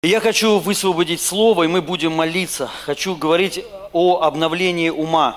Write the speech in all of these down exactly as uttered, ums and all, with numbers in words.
Я хочу высвободить слово, и мы будем молиться. Хочу говорить о обновлении ума.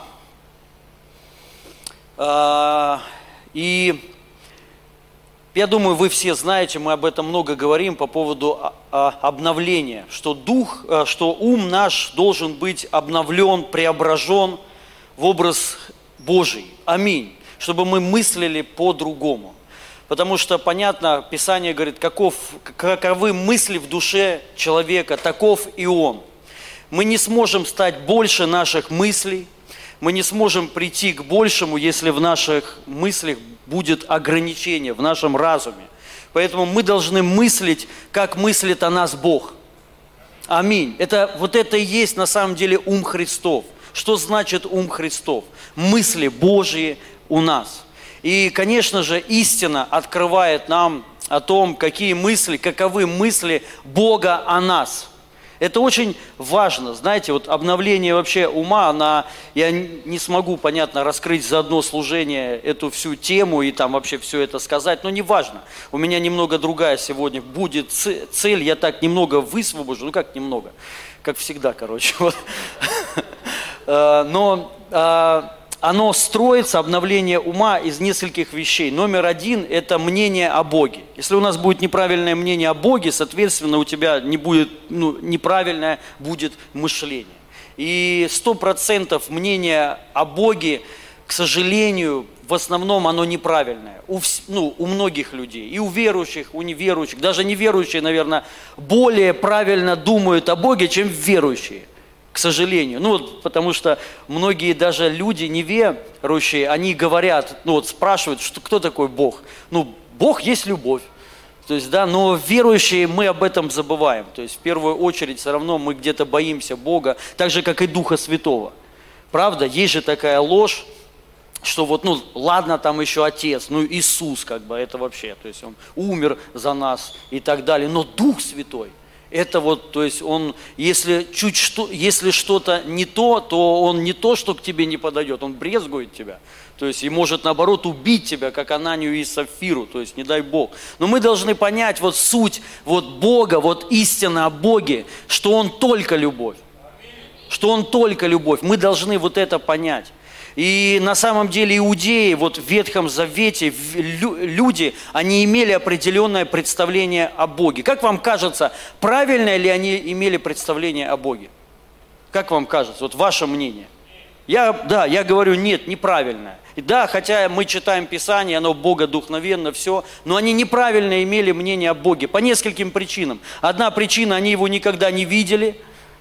И я думаю, вы все знаете, мы об этом много говорим по поводу обновления, что дух, что ум наш должен быть обновлен, преображен в образ Божий. Аминь. Чтобы мы мыслили по-другому. Потому что, понятно, Писание говорит, каков, каковы мысли в душе человека, таков и он. Мы не сможем стать больше наших мыслей, мы не сможем прийти к большему, если в наших мыслях будет ограничение, в нашем разуме. Поэтому мы должны мыслить, как мыслит о нас Бог. Аминь. Это, вот это и есть на самом деле ум Христов. Что значит ум Христов? Мысли Божьи у нас. И, конечно же, истина открывает нам о том, какие мысли, каковы мысли Бога о нас. Это очень важно. Знаете, вот обновление вообще ума, она, я не смогу, понятно, раскрыть за одно служение эту всю тему и там вообще все это сказать, но не важно. У меня немного другая сегодня будет цель, я так немного высвобожу, ну как немного, как всегда, короче. Но... Оно строится, обновление ума, из нескольких вещей. Номер один – это мнение о Боге. Если у нас будет неправильное мнение о Боге, соответственно, у тебя не будет, ну, неправильное будет мышление. И сто процентов мнение о Боге, к сожалению, в основном оно неправильное. У, ну, у многих людей, и у верующих, у неверующих. Даже неверующие, наверное, более правильно думают о Боге, чем верующие. К сожалению. Ну вот, потому что многие даже люди неверующие, они говорят, ну вот спрашивают, что, кто такой Бог? Ну, Бог есть любовь. То есть, да, но верующие, мы об этом забываем. То есть, в первую очередь, все равно мы где-то боимся Бога, так же, как и Духа Святого. Правда, есть же такая ложь, что вот, ну, ладно, там еще Отец, ну, Иисус, как бы, это вообще, то есть, Он умер за нас и так далее, но Дух Святой, это вот, то есть он, если чуть что, если что-то не то, то он не то, что к тебе не подойдет, он брезгует тебя. То есть и может наоборот убить тебя, как Ананию и Сапфиру, то есть не дай Бог. Но мы должны понять вот суть вот Бога, вот истина о Боге, что Он только любовь. Что Он только любовь. Мы должны вот это понять. И на самом деле иудеи, вот в Ветхом Завете, люди, они имели определенное представление о Боге. Как вам кажется, правильное ли они имели представление о Боге? Как вам кажется, вот ваше мнение? Я, да, я говорю, нет, неправильное. И да, хотя мы читаем Писание, оно богодухновенно, все, но они неправильно имели мнение о Боге по нескольким причинам. Одна причина, они Его никогда не видели.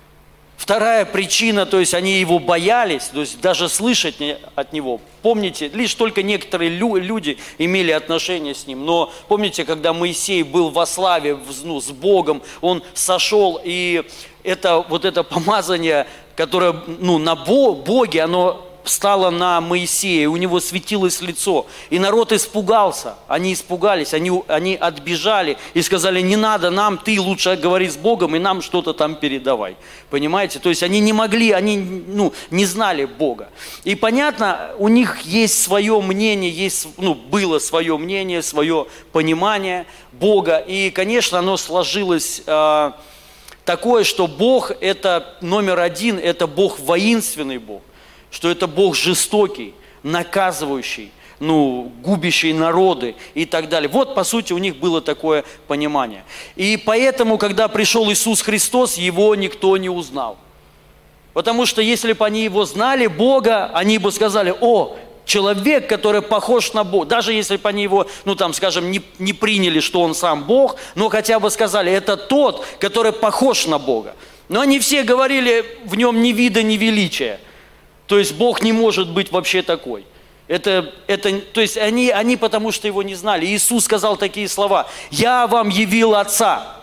Вторая причина, то есть они его боялись, то есть даже слышать от него. Помните, лишь только некоторые люди имели отношение с ним. Но помните, когда Моисей был во славе, ну, с Богом, он сошел, и это, вот это помазание, которое, ну, на Боге, оно стало на Моисея, у него светилось лицо. И народ испугался, они испугались, они, они отбежали и сказали, не надо нам, ты лучше говори с Богом и нам что-то там передавай. Понимаете? То есть они не могли, они, ну, не знали Бога. И понятно, у них есть свое мнение, есть, ну, было свое мнение, свое понимание Бога. И, конечно, оно сложилось э, такое, что Бог это номер один, это Бог воинственный Бог. Что это Бог жестокий, наказывающий, ну, губящий народы и так далее. Вот, по сути, у них было такое понимание. И поэтому, когда пришел Иисус Христос, Его никто не узнал. Потому что если бы они Его знали, Бога, они бы сказали, о, человек, который похож на Бога. Даже если бы они Его, ну, там, скажем, не, не приняли, что Он сам Бог, но хотя бы сказали, это тот, который похож на Бога. Но они все говорили, в Нем ни вида, ни величия. То есть Бог не может быть вообще такой. Это, это, то есть они, они потому что Его не знали. Иисус сказал такие слова. «Я вам явил Отца».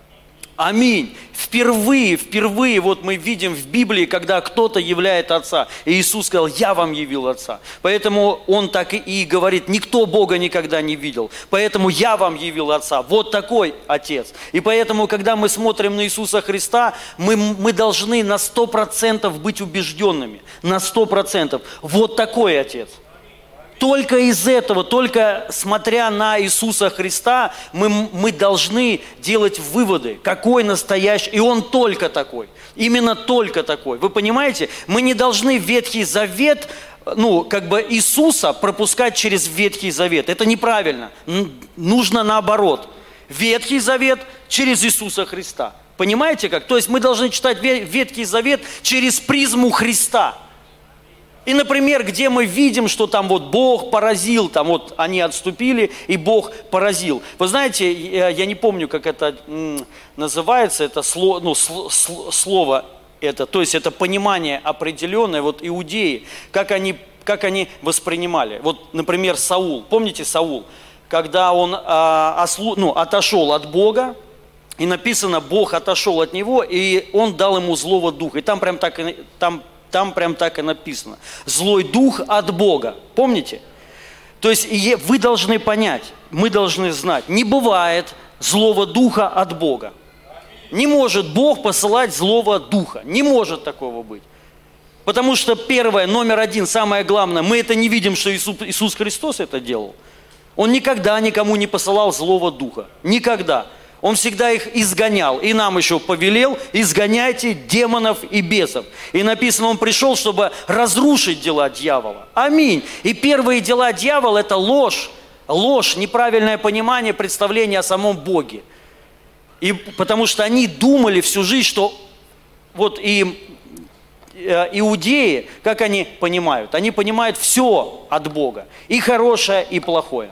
Аминь. Впервые, впервые вот мы видим в Библии, когда кто-то являет Отца. И Иисус сказал, я вам явил Отца. Поэтому Он так и говорит, никто Бога никогда не видел. Поэтому я вам явил Отца. Вот такой Отец. И поэтому, когда мы смотрим на Иисуса Христа, мы, мы должны на сто процентов быть убежденными. На сто процентов. Вот такой Отец. Только из этого, только смотря на Иисуса Христа, мы, мы должны делать выводы, какой настоящий, и Он только такой, именно только такой. Вы понимаете, мы не должны Ветхий Завет, ну, как бы Иисуса пропускать через Ветхий Завет. Это неправильно, нужно наоборот. Ветхий Завет через Иисуса Христа. Понимаете как? То есть мы должны читать Ветхий Завет через призму Христа. И, например, где мы видим, что там вот Бог поразил, там вот они отступили, и Бог поразил. Вы знаете, я не помню, как это называется, это слово, ну, слово это, то есть это понимание определенное, вот иудеи, как они, как они воспринимали. Вот, например, Саул, помните Саул, когда он а, ослу, ну, отошел от Бога, и написано, Бог отошел от него, и он дал ему злого духа. И там прям так и там. Там прям так и написано. Злой дух от Бога. Помните? То есть вы должны понять, мы должны знать, не бывает злого духа от Бога. Не может Бог посылать злого духа. Не может такого быть. Потому что первое, номер один, самое главное, мы это не видим, что Иисус, Иисус Христос это делал. Он никогда никому не посылал злого духа. Никогда. Он всегда их изгонял. И нам еще повелел: изгоняйте демонов и бесов. И написано, Он пришел, чтобы разрушить дела дьявола. Аминь. И первые дела дьявола – это ложь. Ложь, неправильное понимание, представление о самом Боге. И потому что они думали всю жизнь, что вот и иудеи, как они понимают? Они понимают все от Бога. И хорошее, и плохое.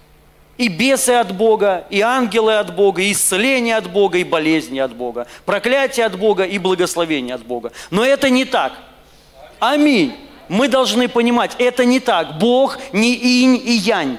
И бесы от Бога, и ангелы от Бога, и исцеление от Бога, и болезни от Бога, проклятие от Бога и благословение от Бога. Но это не так. Аминь. Мы должны понимать, это не так. Бог не инь и янь.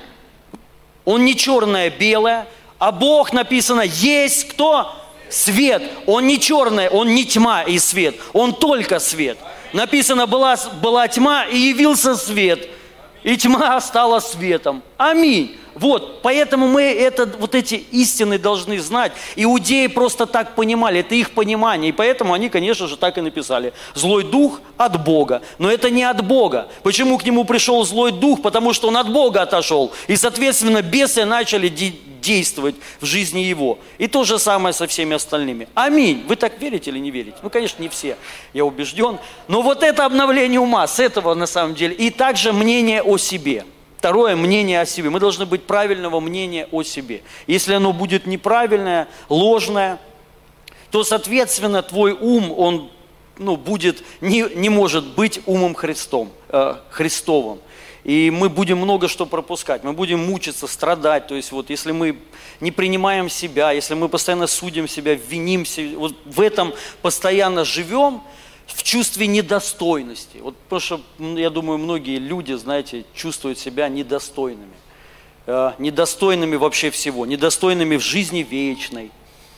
Он не черное-белое, а Бог, написано, есть кто? Свет. Он не черное, Он не тьма и свет. Он только свет. Написано, была, была тьма, и явился свет. И тьма стала светом. Аминь. Вот, поэтому мы это, вот эти истины должны знать. Иудеи просто так понимали, это их понимание. И поэтому они, конечно же, так и написали. Злой дух от Бога. Но это не от Бога. Почему к нему пришел злой дух? Потому что он от Бога отошел. И, соответственно, бесы начали де- действовать в жизни его. И то же самое со всеми остальными. Аминь. Вы так верите или не верите? Ну, конечно, не все, я убежден. Но вот это обновление ума, с этого на самом деле. И также мнение о себе. Второе, мнение о себе. Мы должны быть правильного мнения о себе. Если оно будет неправильное, ложное, то, соответственно, твой ум, он ну, будет, не, не может быть умом Христом, э, Христовым. И мы будем много что пропускать, мы будем мучиться, страдать. То есть вот если мы не принимаем себя, если мы постоянно судим себя, виним себя, вот в этом постоянно живем, в чувстве недостойности. Вот потому что, я думаю, многие люди, знаете, чувствуют себя недостойными. Э, недостойными вообще всего, недостойными в жизни вечной.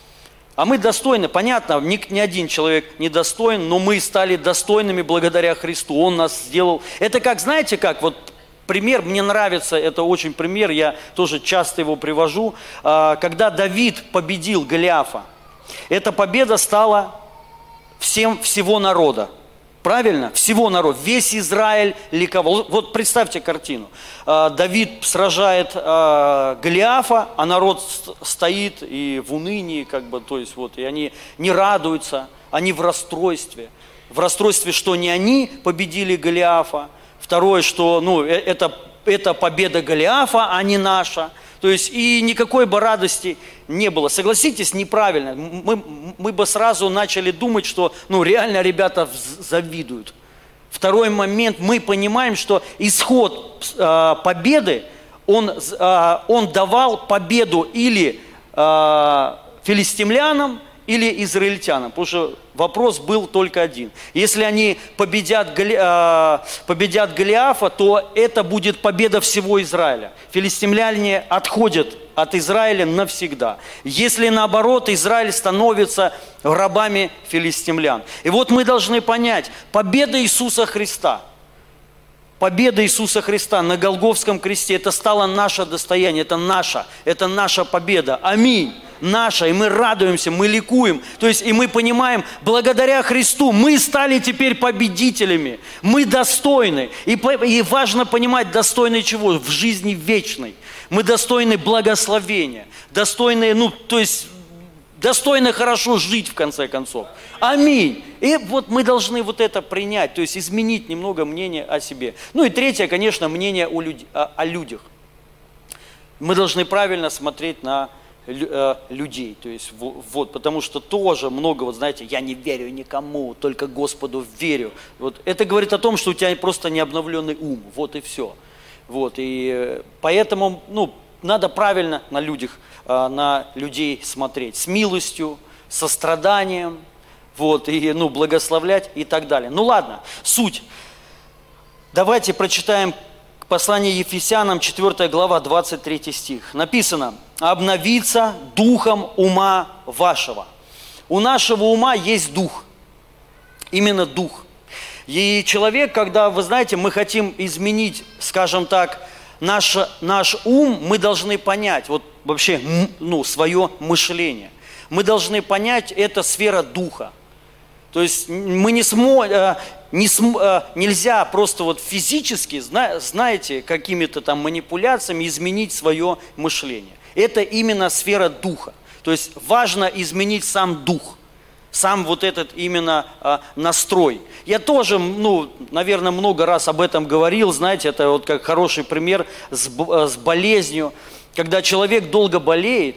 А мы достойны, понятно, ни, ни один человек не достоин, но мы стали достойными благодаря Христу. Он нас сделал. Это как, знаете как, вот пример, мне нравится, это очень пример, я тоже часто его привожу. Э, когда Давид победил Голиафа, эта победа стала всем, всего народа. Правильно? Всего народа. Весь Израиль ликовал. Вот представьте картину. Давид сражает Голиафа, а народ стоит и в унынии, как бы, то есть вот, и они не радуются, они в расстройстве. В расстройстве, что не они победили Голиафа. Второе, что ну, это, это победа Голиафа, а не наша. То есть и никакой бы радости не было. Согласитесь, неправильно. Мы, мы бы сразу начали думать, что ну, реально ребята завидуют. Второй момент, мы понимаем, что исход э, победы, он, э, он давал победу или э, филистимлянам, или израильтянам, потому что вопрос был только один. Если они победят, Голи, э, победят Голиафа, то это будет победа всего Израиля. Филистимляне отходят от Израиля навсегда. Если наоборот, Израиль становится рабами филистимлян. И вот мы должны понять, победа Иисуса Христа, победа Иисуса Христа на Голгофском кресте, это стало наше достояние, это наша, это наша победа. Аминь. наша, и мы радуемся, мы ликуем. То есть и мы понимаем, благодаря Христу мы стали теперь победителями, мы достойны. И, и важно понимать, достойны чего? В жизни вечной. Мы достойны благословения, достойны, ну, то есть достойно хорошо жить, в конце концов. Аминь. И вот мы должны вот это принять, то есть изменить немного мнение о себе. Ну и третье, конечно, мнение о, люд... о людях. Мы должны правильно смотреть на людей, то есть вот, потому что тоже много, вот знаете, я не верю никому, только Господу верю. Вот это говорит о том, что у тебя просто не обновленный ум, вот и все. Вот, и поэтому, ну, надо правильно на людях, на людей смотреть, с милостью, состраданием, вот, и, ну, благословлять и так далее. Ну ладно, суть. Давайте прочитаем послание Ефесянам, четвёртая глава, двадцать третий стих. Написано: «Обновиться духом ума вашего». У нашего ума есть дух, именно дух. И человек, когда, вы знаете, мы хотим изменить, скажем так, наш, наш ум, мы должны понять, вот вообще, ну, свое мышление. Мы должны понять, это сфера духа. То есть мы не сможем, не см, нельзя просто вот физически, знаете, какими-то там манипуляциями изменить свое мышление. Это именно сфера духа. То есть важно изменить сам дух. Сам вот этот именно а, настрой. Я тоже, ну, наверное, много раз об этом говорил, знаете, это вот как хороший пример с, с болезнью. Когда человек долго болеет,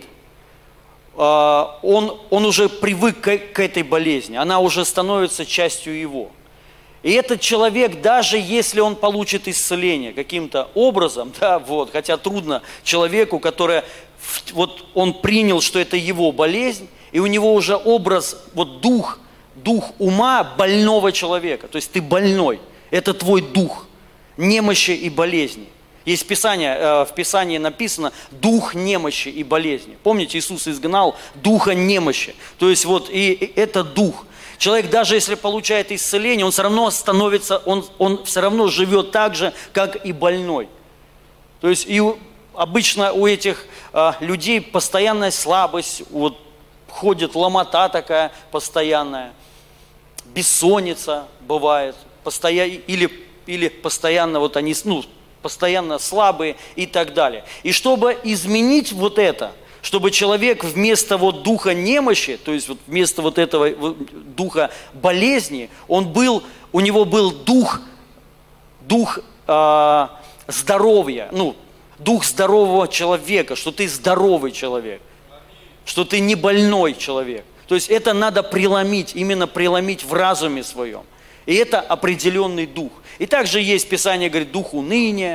а, он, он уже привык к, к этой болезни, она уже становится частью его. И этот человек, даже если он получит исцеление каким-то образом, да, вот, хотя трудно человеку, который, вот он принял, что это его болезнь, и у него уже образ, вот дух, дух ума больного человека. То есть ты больной. Это твой дух немощи и болезни. Есть Писание, в Писании написано дух немощи и болезни. Помните, Иисус изгнал духа немощи. То есть вот и это дух. Человек, даже если получает исцеление, он все равно становится, он, он все равно живет так же, как и больной. То есть и обычно у этих а, людей постоянная слабость, вот, ходит ломота такая постоянная, бессонница бывает, постоя... или, или постоянно вот они, ну, постоянно слабые и так далее. И чтобы изменить вот это, чтобы человек вместо вот духа немощи, то есть вот вместо вот этого духа болезни, он был, у него был дух, дух э, здоровья, ну, дух здорового человека, что ты здоровый человек. Что ты не больной человек. То есть это надо преломить, именно преломить в разуме своем. И это определенный дух. И также есть Писание, говорит, дух уныния,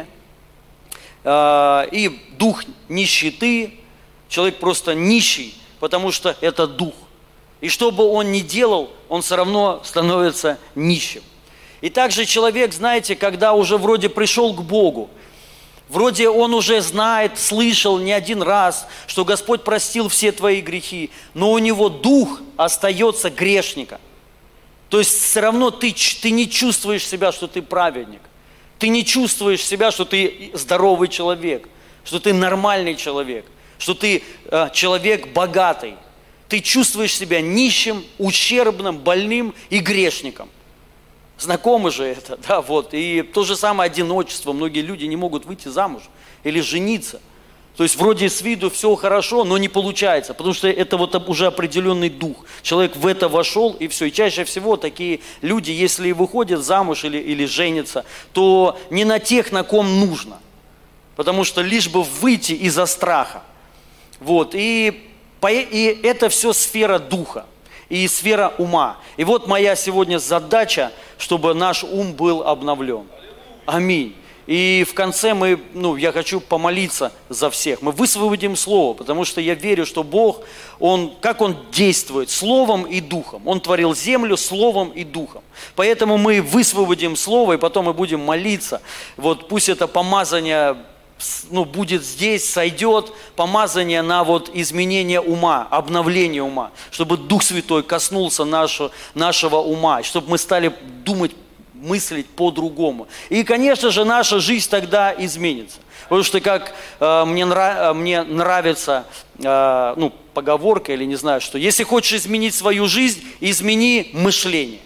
э, и дух нищеты. Человек просто нищий, потому что это дух. И что бы он ни делал, он все равно становится нищим. И также человек, знаете, когда уже вроде пришел к Богу, вроде он уже знает, слышал не один раз, что Господь простил все твои грехи, но у него дух остается грешника. То есть все равно ты, ты не чувствуешь себя, что ты праведник. Ты не чувствуешь себя, что ты здоровый человек, что ты нормальный человек, что ты э, человек богатый. Ты чувствуешь себя нищим, ущербным, больным и грешником. Знакомы же это, да, вот. И то же самое одиночество. Многие люди не могут выйти замуж или жениться. То есть вроде с виду все хорошо, но не получается, потому что это вот уже определенный дух. Человек в это вошел, и все. И чаще всего такие люди, если выходят замуж или, или женятся, то не на тех, на ком нужно. Потому что лишь бы выйти из-за страха. Вот. И, и это все сфера духа и сфера ума. И вот моя сегодня задача, чтобы наш ум был обновлен. Аминь. И в конце мы, ну, я хочу помолиться за всех. Мы высвободим Слово, потому что я верю, что Бог, Он, как Он действует? Словом и Духом. Он творил землю Словом и Духом. Поэтому мы высвободим Слово, и потом мы будем молиться. Вот пусть это помазание, ну, будет здесь, сойдет, помазание на вот изменение ума, обновление ума, чтобы Дух Святой коснулся нашего, нашего ума, чтобы мы стали думать мыслить по-другому. И, конечно же, наша жизнь тогда изменится. Потому что, как э, мне, нрав, мне нравится э, ну, поговорка, или не знаю что, если хочешь изменить свою жизнь, измени мышление.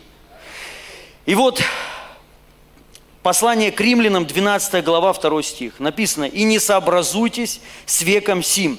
И вот послание к римлянам, двенадцатая глава, второй стих, написано: «И не сообразуйтесь с веком сим,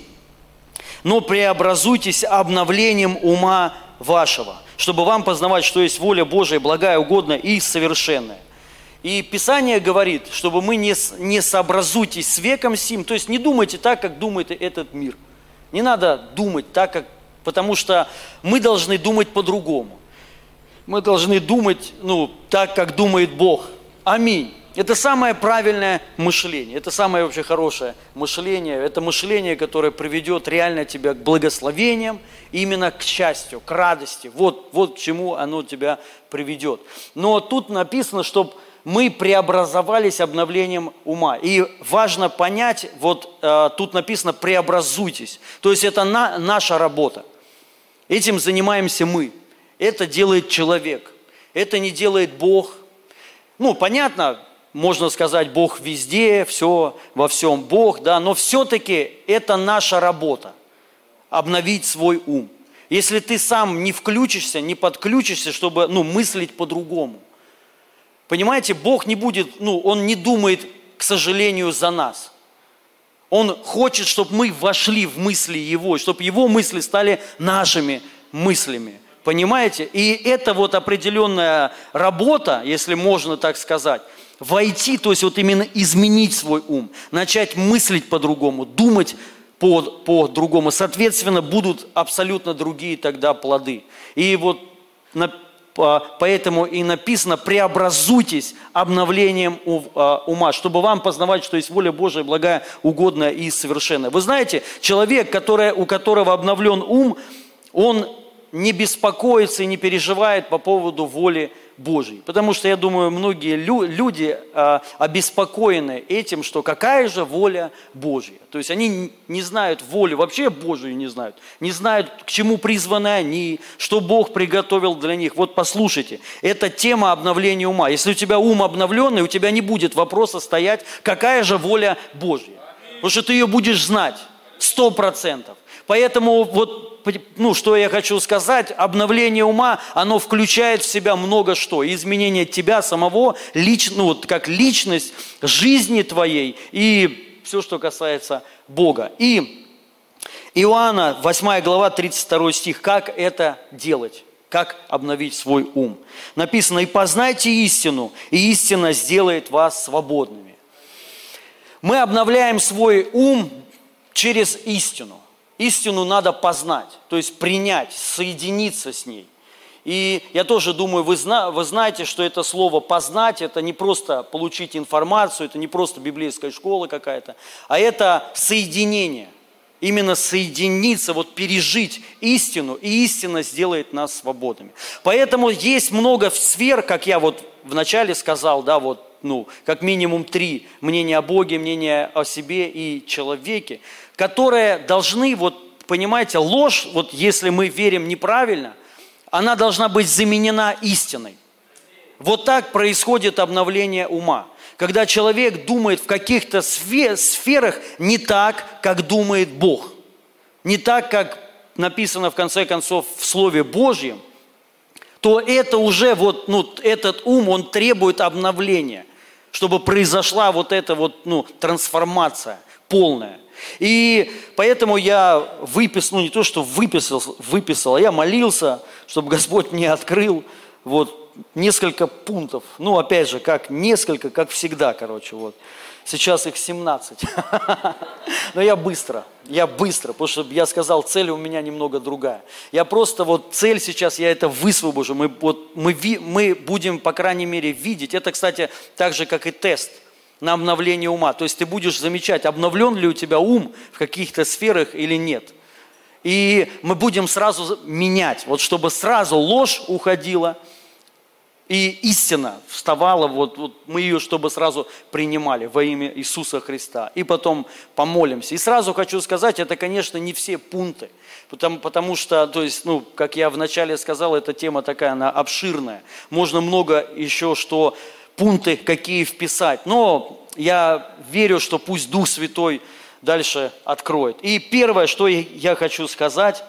но преобразуйтесь обновлением ума вашего, чтобы вам познавать, что есть воля Божия, благая, угодная и совершенная». И Писание говорит, чтобы мы не, не сообразуйтесь с веком сим, то есть не думайте так, как думает этот мир. Не надо думать так, как, потому что мы должны думать по-другому. Мы должны думать, ну, так, как думает Бог. Аминь. Это самое правильное мышление, это самое вообще хорошее мышление, это мышление, которое приведет реально тебя к благословениям, именно к счастью, к радости. Вот, вот к чему оно тебя приведет. Но тут написано, чтобы мы преобразовались обновлением ума. И важно понять, вот э, тут написано «преобразуйтесь». То есть это на, наша работа. Этим занимаемся мы. Это делает человек. Это не делает Бог. Ну, понятно, можно сказать, Бог везде, все, во всем Бог, да, но все-таки это наша работа. Обновить свой ум. Если ты сам не включишься, не подключишься, чтобы, ну, мыслить по-другому. Понимаете, Бог не будет, ну, Он не думает, к сожалению, за нас. Он хочет, чтобы мы вошли в мысли Его, чтобы Его мысли стали нашими мыслями. Понимаете? И это вот определенная работа, если можно так сказать, войти, то есть вот именно изменить свой ум, начать мыслить по-другому, думать по- по-другому. Соответственно, будут абсолютно другие тогда плоды. И вот на Поэтому и написано: преобразуйтесь обновлением ума, чтобы вам познавать, что есть воля Божия, благая, угодная и совершенная. Вы знаете, человек, который, у которого обновлен ум, он не беспокоится и не переживает по поводу воли Божьей. Потому что, я думаю, многие лю- люди а, обеспокоены этим, что какая же воля Божья. То есть они не знают воли, вообще Божию не знают. Не знают, к чему призваны они, что Бог приготовил для них. Вот послушайте, это тема обновления ума. Если у тебя ум обновленный, у тебя не будет вопроса стоять, какая же воля Божья. Потому что ты ее будешь знать сто процентов. Поэтому вот, ну, что я хочу сказать, обновление ума, оно включает в себя много что. Изменение тебя самого, лич, ну, вот, как личность, жизни твоей и все, что касается Бога. И Иоанна, восьмая глава, тридцать второй стих, как это делать? Как обновить свой ум? Написано: «И познайте истину, и истина сделает вас свободными». Мы обновляем свой ум через истину. Истину надо познать, то есть принять, соединиться с ней. И я тоже думаю, вы, зна, вы знаете, что это слово «познать» – это не просто получить информацию, это не просто библейская школа какая-то, а это соединение. Именно соединиться, вот пережить истину, и истина сделает нас свободными. Поэтому есть много сфер, как я вот вначале сказал, да, вот, ну, как минимум три: мнение о Боге, мнение о себе и человеке, которые должны, вот, понимаете, ложь, вот если мы верим неправильно, она должна быть заменена истиной. Вот так происходит обновление ума. Когда человек думает в каких-то сферах не так, как думает Бог. Не так, как написано в конце концов в Слове Божьем, то это уже вот, ну, этот ум, он требует обновления, чтобы произошла вот эта вот, ну, трансформация полная. И поэтому я выписал, ну не то, что выписал, выписал, а я молился, чтобы Господь мне открыл вот несколько пунктов. Ну, опять же, как несколько, как всегда, короче, вот. Сейчас их семнадцать. Но я быстро, я быстро, потому что я сказал, цель у меня немного другая. Я просто вот цель сейчас, я это высвобожу. Мы, вот, мы, мы будем, по крайней мере, видеть. Это, кстати, так же, как и тест на обновление ума. То есть ты будешь замечать, обновлен ли у тебя ум в каких-то сферах или нет. И мы будем сразу менять, вот чтобы сразу ложь уходила, И истина вставала, вот, вот мы ее чтобы сразу принимали во имя Иисуса Христа. И потом помолимся. И сразу хочу сказать, это, конечно, не все пункты. Потому, потому что, то есть, ну, как я вначале сказал, эта тема такая, она обширная. Можно много еще что, пункты какие вписать. Но я верю, что пусть Дух Святой дальше откроет. И первое, что я хочу сказать.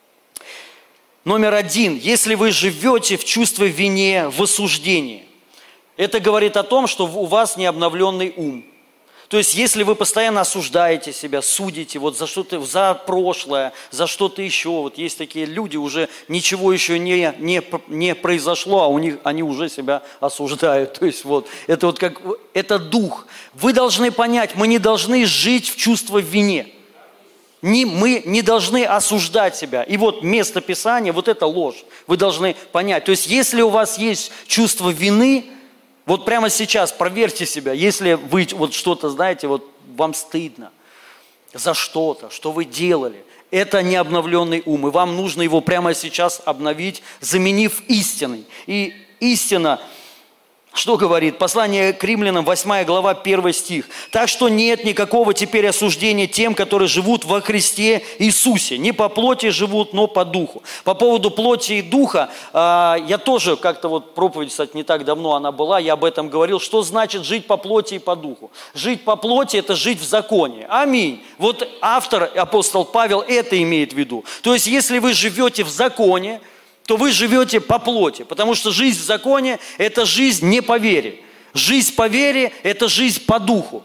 Номер один. Если вы живете в чувстве вине, в осуждении, это говорит о том, что у вас не обновленный ум. То есть, если вы постоянно осуждаете себя, судите вот за что-то, за прошлое, за что-то еще, вот есть такие люди, уже ничего еще не, не, не произошло, а у них, они уже себя осуждают. То есть, вот, это вот как, это дух. Вы должны понять, мы не должны жить в чувство вине. Не, мы не должны осуждать себя. И вот место Писания, вот это ложь. Вы должны понять. То есть, если у вас есть чувство вины, вот прямо сейчас проверьте себя. Если вы вот что-то знаете, вот вам стыдно за что-то, что вы делали, это не обновленный ум. И вам нужно его прямо сейчас обновить, заменив истиной. И истина... Что говорит? Послание к Римлянам, восьмая глава, первый стих. «Так что нет никакого теперь осуждения тем, которые живут во Христе Иисусе. Не по плоти живут, но по духу». По поводу плоти и духа, э, я тоже как-то вот проповедь, кстати, не так давно она была, я об этом говорил. Что значит жить по плоти и по духу? Жить по плоти – это жить в законе. Аминь. Вот автор, апостол Павел, это имеет в виду. То есть, если вы живете в законе, то вы живете по плоти, потому что жизнь в законе – это жизнь не по вере. Жизнь по вере – это жизнь по духу.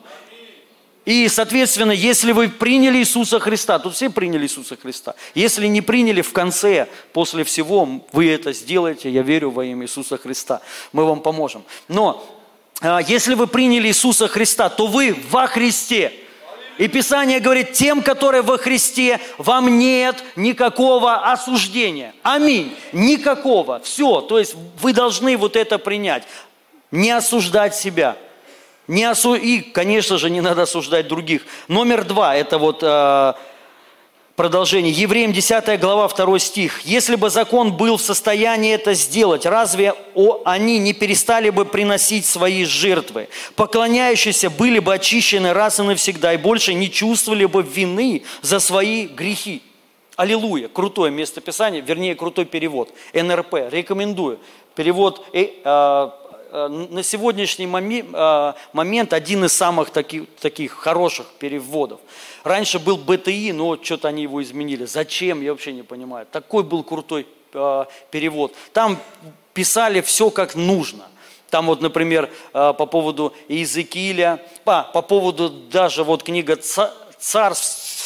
И, соответственно, если вы приняли Иисуса Христа, тут все приняли Иисуса Христа. Если не приняли, в конце, после всего, вы это сделаете, я верю во имя Иисуса Христа. Мы вам поможем. Но если вы приняли Иисуса Христа, то вы во Христе. И Писание говорит, тем, которые во Христе, вам нет никакого осуждения. Аминь. Никакого. Все. То есть вы должны вот это принять. Не осуждать себя. Не осу... И, конечно же, не надо осуждать других. Номер два, это вот э, продолжение. Евреям десятая глава, второй стих. «Если бы закон был в состоянии это сделать, разве о, они не перестали бы приносить свои жертвы? Поклоняющиеся были бы очищены раз и навсегда, и больше не чувствовали бы вины за свои грехи». Аллилуйя! Крутое местописание, вернее, крутой перевод. эн эр пэ. Рекомендую. Перевод... Э, э, на сегодняшний момент один из самых таких, таких хороших переводов. Раньше был бэ тэ и, но что-то они его изменили. Зачем? Я вообще не понимаю. Такой был крутой э, перевод. Там писали все как нужно. Там вот, например, э, по поводу Иезекииля, по, по поводу даже вот книга «Царь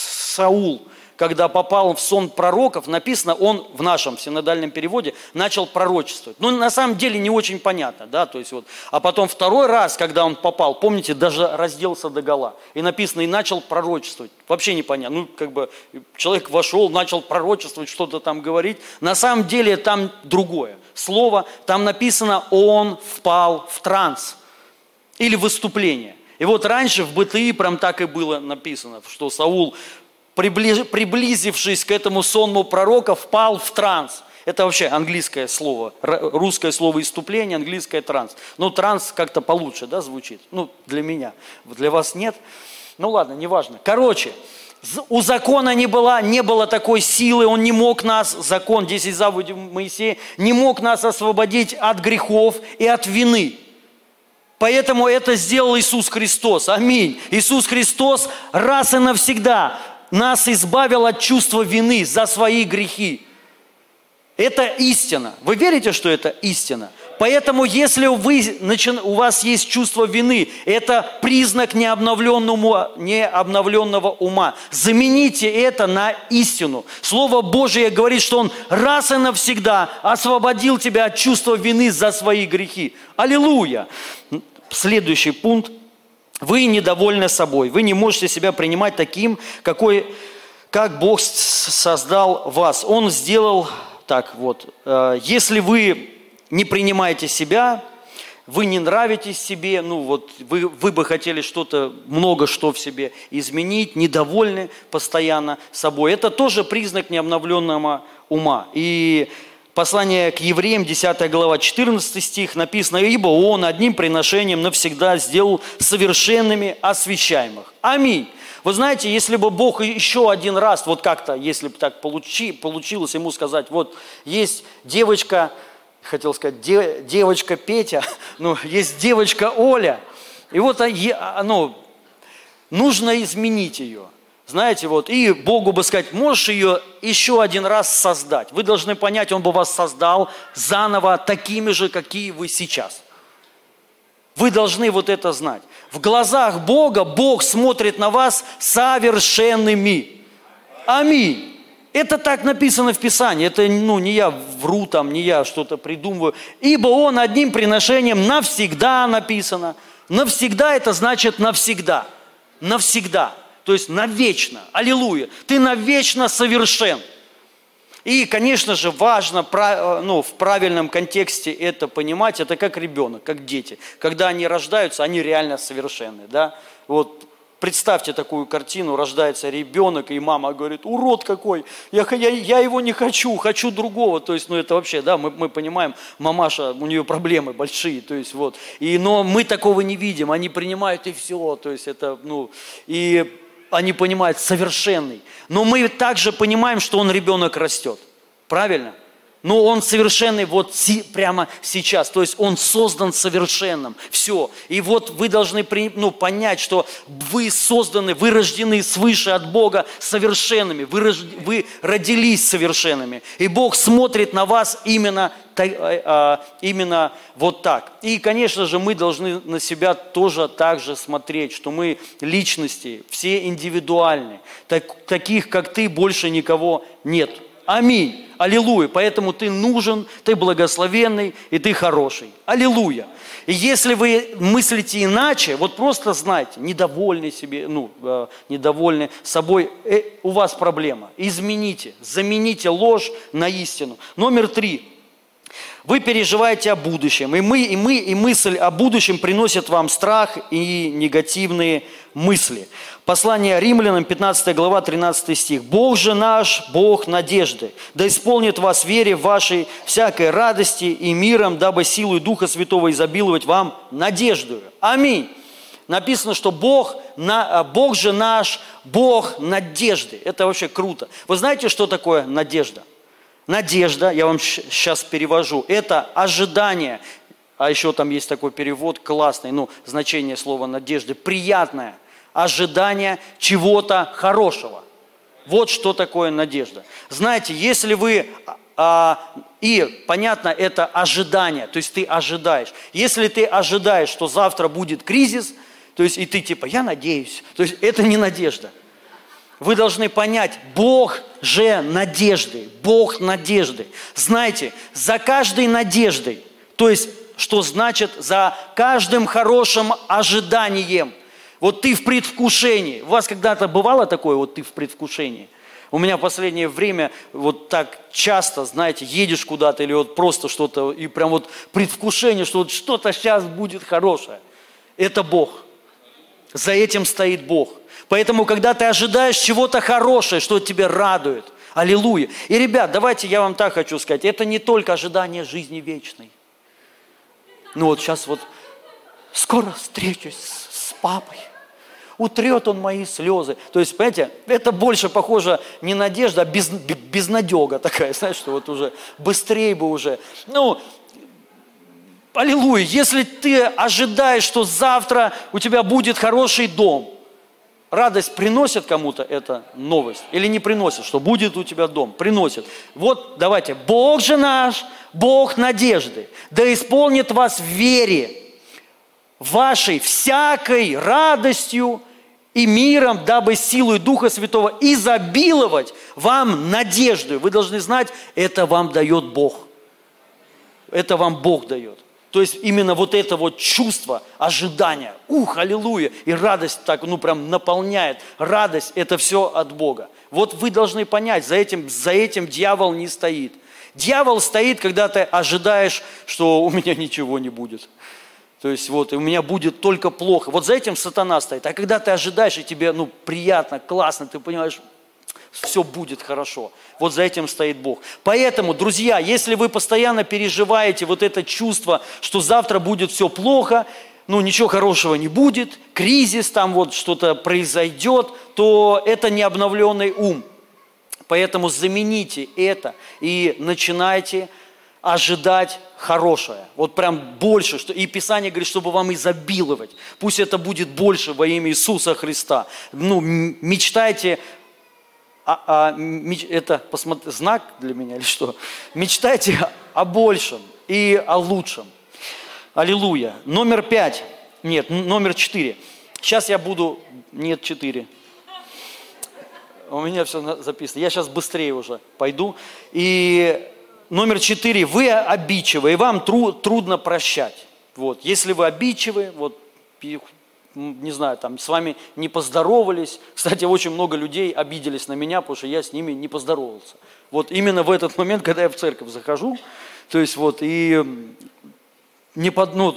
Саул», когда попал в сон пророков, написано, он в нашем синодальном переводе начал пророчествовать. Ну, на самом деле, не очень понятно, да, то есть вот. А потом второй раз, когда он попал, помните, даже разделся догола. И написано, и начал пророчествовать. Вообще непонятно. Ну, как бы, человек вошел, начал пророчествовать, что-то там говорить. На самом деле, там другое. Слово, там написано, он впал в транс. Или выступление. И вот раньше в бэ тэ и прям так и было написано, что Саул, приблизившись к этому сонму пророка, впал в транс. Это вообще английское слово, русское слово «иступление», английское «транс». Ну, транс как-то получше, да, звучит? Ну, для меня. Для вас нет? Ну, ладно, неважно. Короче, у закона не было, не было такой силы, он не мог нас, закон, десять заповедей Моисея, не мог нас освободить от грехов и от вины. Поэтому это сделал Иисус Христос. Аминь. Иисус Христос раз и навсегда нас избавил от чувства вины за свои грехи. Это истина. Вы верите, что это истина? Поэтому, если вы, у вас есть чувство вины, это признак необновленного, необновленного ума. Замените это на истину. Слово Божие говорит, что Он раз и навсегда освободил тебя от чувства вины за свои грехи. Аллилуйя! Следующий пункт. Вы недовольны собой. Вы не можете себя принимать таким, какой, как Бог создал вас. Он сделал так вот. Если вы не принимаете себя, вы не нравитесь себе, ну вот вы, вы бы хотели что-то, много что в себе изменить, недовольны постоянно собой. Это тоже признак необновленного ума. И Послание к Евреям, десятая глава, четырнадцатый стих, написано: «Ибо Он одним приношением навсегда сделал совершенными освящаемых». Аминь. Вы знаете, если бы Бог еще один раз, вот как-то, если бы так получи, получилось ему сказать, вот есть девочка, хотел сказать, де, девочка Петя, ну, есть девочка Оля, и вот ну, нужно изменить ее. Знаете, вот, и Богу бы сказать, можешь ее еще один раз создать. Вы должны понять, Он бы вас создал заново такими же, какие вы сейчас. Вы должны вот это знать. В глазах Бога Бог смотрит на вас совершенными. Аминь. Это так написано в Писании. Это ну, не я вру там, не я что-то придумываю. Ибо Он одним приношением навсегда написано. Навсегда это значит навсегда. Навсегда. То есть навечно. Аллилуйя. Ты навечно совершен. И, конечно же, важно ну, в правильном контексте это понимать. Это как ребенок, как дети. Когда они рождаются, они реально совершенны. Да? Вот представьте такую картину. Рождается ребенок, и мама говорит: урод какой, я, я, я его не хочу, хочу другого. То есть, ну это вообще, да, мы, мы понимаем, мамаша, у нее проблемы большие. То есть, вот. И, но мы такого не видим. Они принимают и все. То есть, это, ну, и... Они понимают, совершенный. Но мы также понимаем, что он ребенок растет. Правильно? Но он совершенный вот си, прямо сейчас. То есть он создан совершенным. Все. И вот вы должны ну, понять, что вы созданы, вы рождены свыше от Бога совершенными. Вы, рож, вы родились совершенными. И Бог смотрит на вас именно, именно вот так. И, конечно же, мы должны на себя тоже так же смотреть, что мы личности, все индивидуальны. Так, таких, как ты, больше никого нет. Аминь. Аллилуйя. Поэтому ты нужен, ты благословенный и ты хороший. Аллилуйя. И если вы мыслите иначе, вот просто знайте, недовольны себе, ну, э, недовольны собой, э, у вас проблема. Измените, замените ложь на истину. Номер три. Вы переживаете о будущем, и мы, и мы, и мысль о будущем приносит вам страх и негативные мысли. Послание Римлянам, пятнадцатая глава, тринадцатый стих. «Бог же наш, Бог надежды, да исполнит вас вере в вашей всякой радости и миром, дабы силой Духа Святого изобиловать вам надеждою». Аминь. Написано, что Бог, на, Бог же наш, Бог надежды. Это вообще круто. Вы знаете, что такое надежда? Надежда, я вам сейчас перевожу, это ожидание, а еще там есть такой перевод классный, ну, значение слова надежды, приятное ожидание чего-то хорошего. Вот что такое надежда. Знаете, если вы, а, и понятно, это ожидание, то есть ты ожидаешь. Если ты ожидаешь, что завтра будет кризис, то есть и ты типа, я надеюсь, то есть это не надежда. Вы должны понять, Бог же надежды, Бог надежды. Знаете, за каждой надеждой, то есть, что значит за каждым хорошим ожиданием, вот ты в предвкушении. У вас когда-то бывало такое, вот ты в предвкушении? У меня в последнее время вот так часто, знаете, едешь куда-то или вот просто что-то, и прям вот предвкушение, что вот что-то сейчас будет хорошее. Это Бог. За этим стоит Бог. Поэтому, когда ты ожидаешь чего-то хорошего, что тебя радует, аллилуйя. И, ребят, давайте я вам так хочу сказать, это не только ожидание жизни вечной. Ну вот сейчас вот скоро встречусь с папой, утрет он мои слезы. То есть, понимаете, это больше похоже не надежда, а без, безнадега такая, знаешь, что вот уже быстрее бы уже. Ну, аллилуйя, если ты ожидаешь, что завтра у тебя будет хороший дом, радость приносит кому-то эта новость или не приносит, что будет у тебя дом? Приносит. Вот давайте, Бог же наш, Бог надежды, да исполнит вас в вере вашей всякой радостью и миром, дабы силой Духа Святого изобиловать вам надежду. Вы должны знать, это вам дает Бог. Это вам Бог дает. То есть именно вот это вот чувство ожидания, ух, аллилуйя, и радость так, ну прям наполняет. Радость – это все от Бога. Вот вы должны понять, за этим, за этим дьявол не стоит. Дьявол стоит, когда ты ожидаешь, что у меня ничего не будет. То есть вот, и у меня будет только плохо. Вот за этим сатана стоит. А когда ты ожидаешь, и тебе, ну, приятно, классно, ты понимаешь, все будет хорошо. Вот за этим стоит Бог. Поэтому, друзья, если вы постоянно переживаете вот это чувство, что завтра будет все плохо, ну ничего хорошего не будет, кризис там вот что-то произойдет, то это не обновленный ум. Поэтому замените это и начинайте ожидать хорошее. Вот прям больше. Что... И Писание говорит, чтобы вам изобиловать. Пусть это будет больше во имя Иисуса Христа. Ну, мечтайте... А, а, меч... Это посмотри, знак для меня или что? Мечтайте о большем и о лучшем. Аллилуйя. Номер пять. Нет, номер четыре. Сейчас я буду... Нет, четыре. У меня все записано. Я сейчас быстрее уже пойду. И номер четыре. Вы обидчивы, и вам тру, трудно прощать. Вот. Если вы обидчивы, вот, не знаю, там, с вами не поздоровались. Кстати, очень много людей обиделись на меня, потому что я с ними не поздоровался. Вот именно в этот момент, когда я в церковь захожу, то есть вот, и не под, ну,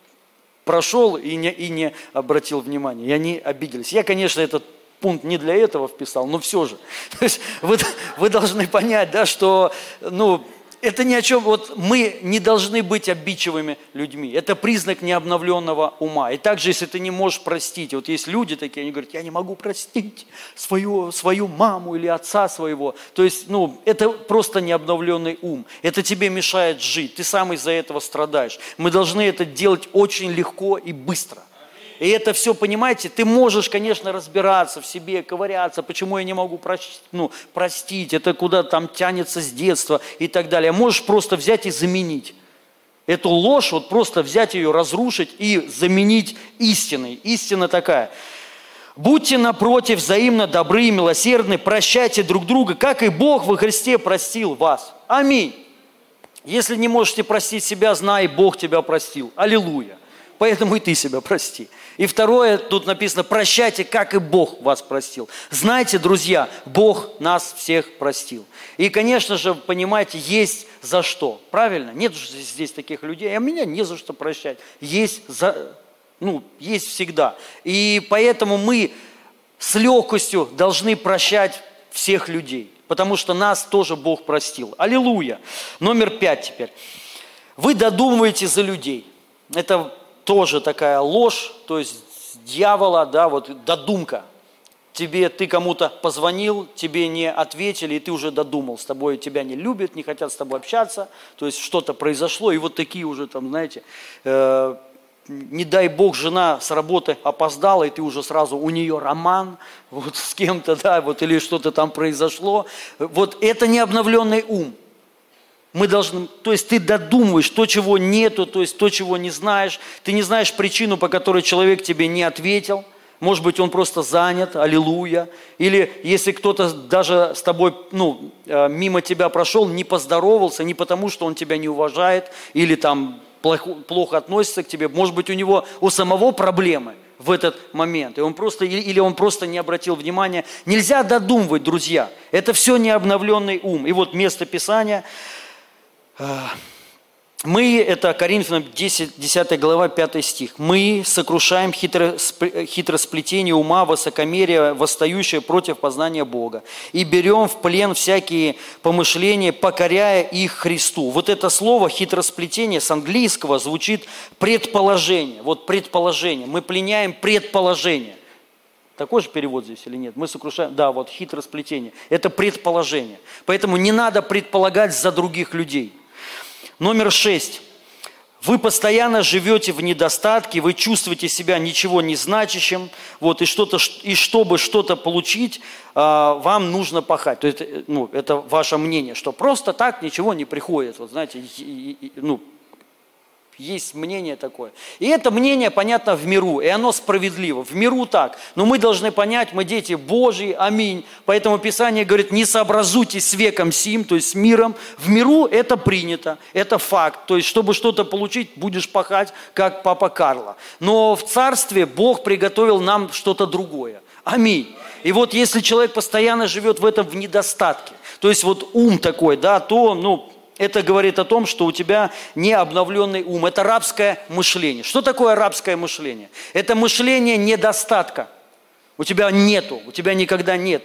прошел и не, и не обратил внимания, и они обиделись. Я, конечно, этот пункт не для этого вписал, но все же. То есть вы, вы должны понять, да, что ну, это ни о чем. Вот мы не должны быть обидчивыми людьми. Это признак необновленного ума. И также, если ты не можешь простить, вот есть люди такие, они говорят, я не могу простить свою, свою маму или отца своего. То есть, ну, это просто необновленный ум. Это тебе мешает жить. Ты сам из-за этого страдаешь. Мы должны это делать очень легко и быстро. И это все, понимаете, ты можешь, конечно, разбираться в себе, ковыряться, почему я не могу простить, ну, простить, это куда там тянется с детства и так далее. Можешь просто взять и заменить. Эту ложь, вот просто взять ее, разрушить и заменить истиной. Истина такая. Будьте, напротив, взаимно добры и милосердны, прощайте друг друга, как и Бог во Христе простил вас. Аминь. Если не можете простить себя, знай, Бог тебя простил. Аллилуйя. Поэтому и ты себя прости. И второе, тут написано, прощайте, как и Бог вас простил. Знаете, друзья, Бог нас всех простил. И, конечно же, понимаете, есть за что. Правильно? Нет же здесь таких людей, а меня не за что прощать. Есть, за, ну, есть всегда. И поэтому мы с легкостью должны прощать всех людей. Потому что нас тоже Бог простил. Аллилуйя. Номер пять теперь. Вы додумываете за людей. Это тоже такая ложь, то есть дьявола, да, вот додумка. Тебе, ты кому-то позвонил, тебе не ответили, и ты уже додумал, с тобой тебя не любят, не хотят с тобой общаться, то есть что-то произошло, и вот такие уже там, знаете, э, не дай бог, жена с работы опоздала, и ты уже сразу, у нее роман, вот с кем-то, да, вот или что-то там произошло. Вот это не обновленный ум. Мы должны, то есть ты додумываешь то, чего нету, то есть то, чего не знаешь. Ты не знаешь причину, по которой человек тебе не ответил. Может быть, он просто занят, аллилуйя. Или если кто-то даже с тобой, ну, мимо тебя прошел, не поздоровался, не потому, что он тебя не уважает, или там плохо, плохо относится к тебе. Может быть, у него у самого проблемы в этот момент. И он просто, или он просто не обратил внимания. Нельзя додумывать, друзья. Это все необновленный ум. И вот место Писания... Мы, это Коринфянам десять, десятая глава, пятый стих. Мы сокрушаем хитро, хитросплетение ума, высокомерие, восстающее против познания Бога. И берем в плен всякие помышления, покоряя их Христу. Вот это слово хитросплетение с английского звучит предположение. Вот предположение. Мы пленяем предположение. Такой же перевод здесь или нет? Мы сокрушаем, да, вот хитросплетение. Это предположение. Поэтому не надо предполагать за других людей. Номер шесть. Вы постоянно живете в недостатке, вы чувствуете себя ничего не значащим, вот, и, что-то, и чтобы что-то получить, вам нужно пахать. То есть, ну, это ваше мнение, что просто так ничего не приходит. Вот, знаете, и, и, ну, есть мнение такое. И это мнение, понятно, в миру, и оно справедливо. В миру так. Но мы должны понять, мы дети Божьи, аминь. Поэтому Писание говорит, не сообразуйтесь с веком сим, то есть с миром. В миру это принято, это факт. То есть, чтобы что-то получить, будешь пахать, как папа Карло. Но в Царстве Бог приготовил нам что-то другое. Аминь. И вот если человек постоянно живет в этом в недостатке, то есть вот ум такой, да, то, ну, это говорит о том, что у тебя не обновленный ум. Это рабское мышление. Что такое рабское мышление? Это мышление недостатка. У тебя нету, у тебя никогда нет.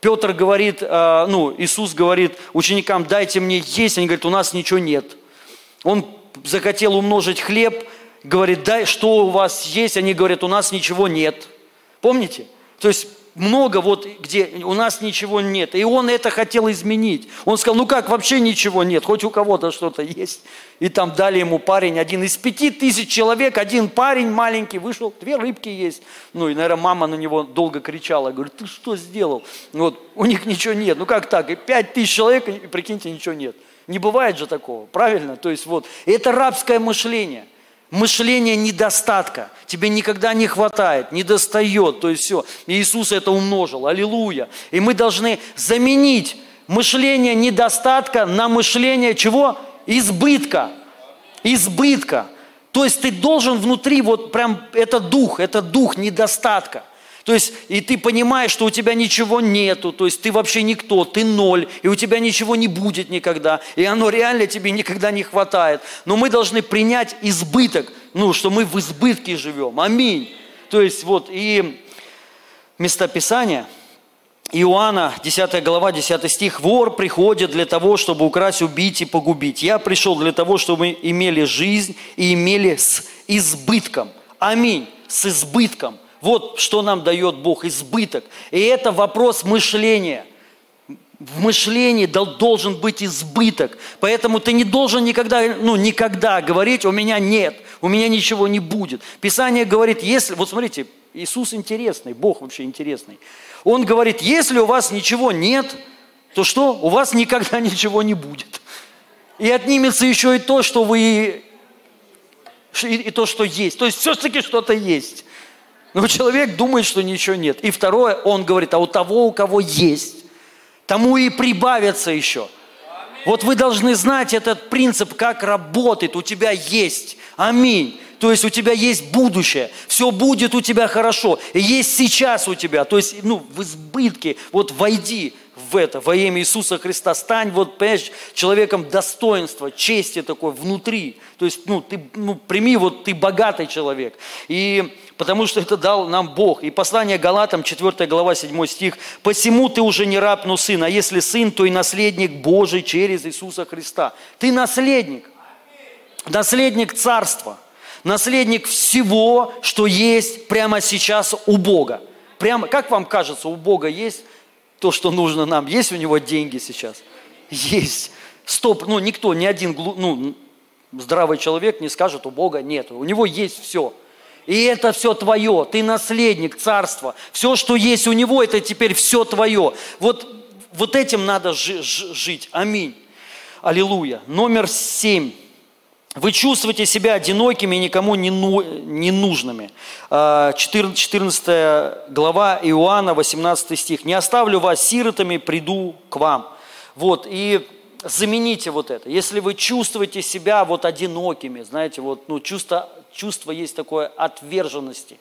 Петр говорит, э, ну, Иисус говорит ученикам, дайте мне есть. Они говорят, у нас ничего нет. Он захотел умножить хлеб, говорит, дай, что у вас есть? Они говорят, у нас ничего нет. Помните? То есть много вот, где у нас ничего нет. И он это хотел изменить. Он сказал, ну как, вообще ничего нет, хоть у кого-то что-то есть. И там дали ему парень, один из пяти тысяч человек, один парень маленький вышел, две рыбки есть. Ну и, наверное, мама на него долго кричала, говорит, ты что сделал? Вот, у них ничего нет, ну как так? И пять тысяч человек, и прикиньте, ничего нет. Не бывает же такого, правильно? То есть вот, это рабское мышление. Мышление недостатка. Тебе никогда не хватает, не достает. То есть все. И Иисус это умножил. Аллилуйя. И мы должны заменить мышление недостатка на мышление чего? Избытка. Избытка. То есть ты должен внутри, вот прям, это дух, это дух недостатка. То есть, и ты понимаешь, что у тебя ничего нету, то есть ты вообще никто, ты ноль, и у тебя ничего не будет никогда, и оно реально тебе никогда не хватает. Но мы должны принять избыток, ну, что мы в избытке живем. Аминь. То есть, вот, и местописание, Иоанна, десятая глава, десятый стих, «Вор приходит для того, чтобы украсть, убить и погубить. Я пришел для того, чтобы мы имели жизнь и имели с избытком». Аминь. С избытком. Вот что нам дает Бог, избыток. И это вопрос мышления. В мышлении должен быть избыток. Поэтому ты не должен никогда, ну, никогда говорить, у меня нет, у меня ничего не будет. Писание говорит, если, вот смотрите, Иисус интересный, Бог вообще интересный. Он говорит, если у вас ничего нет, то что? У вас никогда ничего не будет. И отнимется еще и то, что вы, и, и то, что есть. То есть все-таки что-то есть. Но человек думает, что ничего нет. И второе, он говорит, а у того, у кого есть, тому и прибавится еще. Вот вы должны знать этот принцип, как работает. У тебя есть. Аминь. То есть у тебя есть будущее. Все будет у тебя хорошо. И есть сейчас у тебя. То есть, ну, в избытке. Вот войди в это во имя Иисуса Христа. Стань вот, понимаешь, человеком достоинства, чести такой внутри. То есть, ну, ты, ну, прими, вот ты богатый человек. И потому что это дал нам Бог. И послание Галатам, четвёртая глава, седьмой стих. «Посему ты уже не раб, но сын, а если сын, то и наследник Божий через Иисуса Христа». Ты наследник. Наследник царства. Наследник всего, что есть прямо сейчас у Бога. Прямо, как вам кажется, у Бога есть то, что нужно нам? Есть у Него деньги сейчас? Есть. Стоп, ну никто, ни один ну, здравый человек не скажет, у Бога нет. У Него есть все. И это все твое. Ты наследник царства. Все, что есть у Него, это теперь все твое. Вот, вот этим надо жи- жить. Аминь. Аллилуйя. Номер семь. Вы чувствуете себя одинокими и никому не, ну, не нужными. четырнадцатая глава Иоанна, восемнадцатый стих. «Не оставлю вас сиротами, приду к вам». Вот, и замените вот это. Если вы чувствуете себя вот одинокими, знаете, вот, ну, чувство, чувство есть такое отверженности,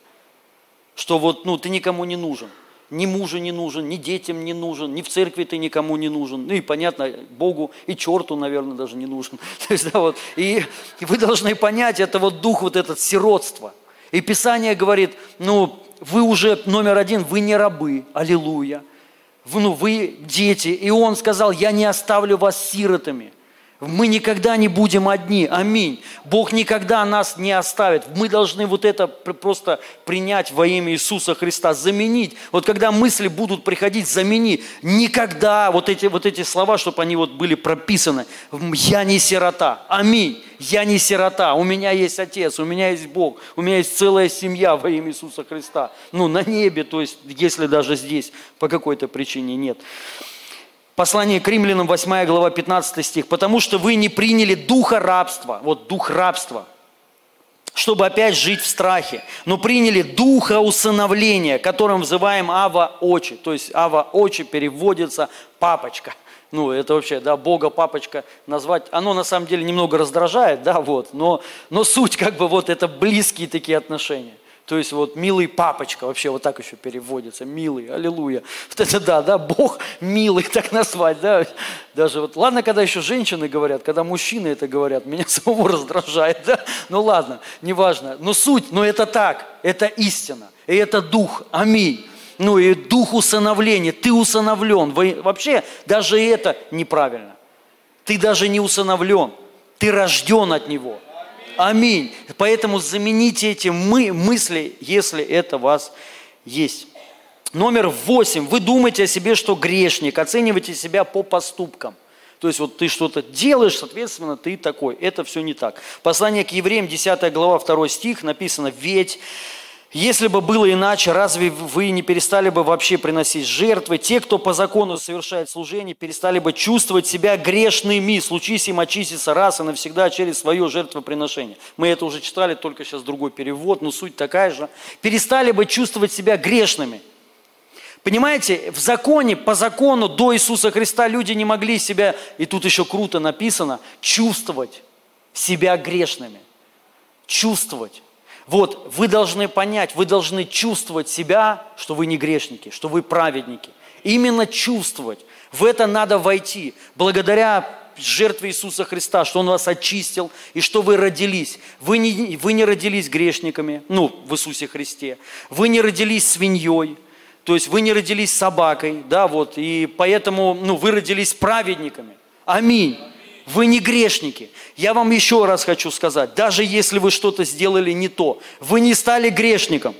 что вот, ну, ты никому не нужен. Ни мужу не нужен, ни детям не нужен, ни в церкви ты никому не нужен. Ну и понятно, Богу и черту, наверное, даже не нужен. То есть, да, вот, и, и вы должны понять, это вот дух, вот этот сиротство. И Писание говорит, ну, вы уже, номер один, вы не рабы, аллилуйя. Вы, ну, вы дети. И Он сказал, я не оставлю вас сиротами. Мы никогда не будем одни. Аминь. Бог никогда нас не оставит. Мы должны вот это просто принять во имя Иисуса Христа, заменить. Вот когда мысли будут приходить, замени. Никогда вот эти, вот эти слова, чтобы они вот были прописаны. Я не сирота. Аминь. Я не сирота. У меня есть Отец, у меня есть Бог, у меня есть целая семья во имя Иисуса Христа. Ну, на небе, то есть, если даже здесь по какой-то причине нет. Послание к Римлянам, восьмая глава, пятнадцатый стих. «Потому что вы не приняли духа рабства», вот дух рабства, «чтобы опять жить в страхе, но приняли духа усыновления, которым взываем Ава Очи». То есть Ава Очи переводится «папочка». Ну, это вообще, да, Бога папочка назвать, оно на самом деле немного раздражает, да, вот, но, но суть как бы вот это близкие такие отношения. То есть вот милый папочка, вообще вот так еще переводится, милый, аллилуйя. Вот это да, да, Бог милый, так назвать, да. Даже вот, ладно, когда еще женщины говорят, когда мужчины это говорят, меня самого раздражает, да. Ну ладно, неважно, но суть, но это так, это истина, и это дух, аминь. Ну и дух усыновления, ты усыновлен. Вы, вообще даже это неправильно. Ты даже не усыновлен, ты рожден от Него. Аминь. Поэтому замените эти мы, мысли, если это у вас есть. Номер восемь. Вы думаете о себе, что грешник, оцениваете себя по поступкам. То есть вот ты что-то делаешь, соответственно, ты такой. Это все не так. Послание к Евреям, десятая глава, второй стих, написано: «Ведь если бы было иначе, разве вы не перестали бы вообще приносить жертвы? Те, кто по закону совершает служение, перестали бы чувствовать себя грешными, случись им очиститься раз и навсегда через свое жертвоприношение». Мы это уже читали, только сейчас другой перевод, но суть такая же. Перестали бы чувствовать себя грешными. Понимаете, в законе, по закону до Иисуса Христа люди не могли себя, и тут еще круто написано, чувствовать себя грешными. Чувствовать. Вот, вы должны понять, вы должны чувствовать себя, что вы не грешники, что вы праведники. Именно чувствовать. В это надо войти. Благодаря жертве Иисуса Христа, что Он вас очистил, и что вы родились. Вы не, вы не родились грешниками, ну, в Иисусе Христе. Вы не родились свиньей. То есть вы не родились собакой, да, вот, и поэтому, ну, вы родились праведниками. Аминь. Вы не грешники. Я вам еще раз хочу сказать, даже если вы что-то сделали не то, вы не стали грешником.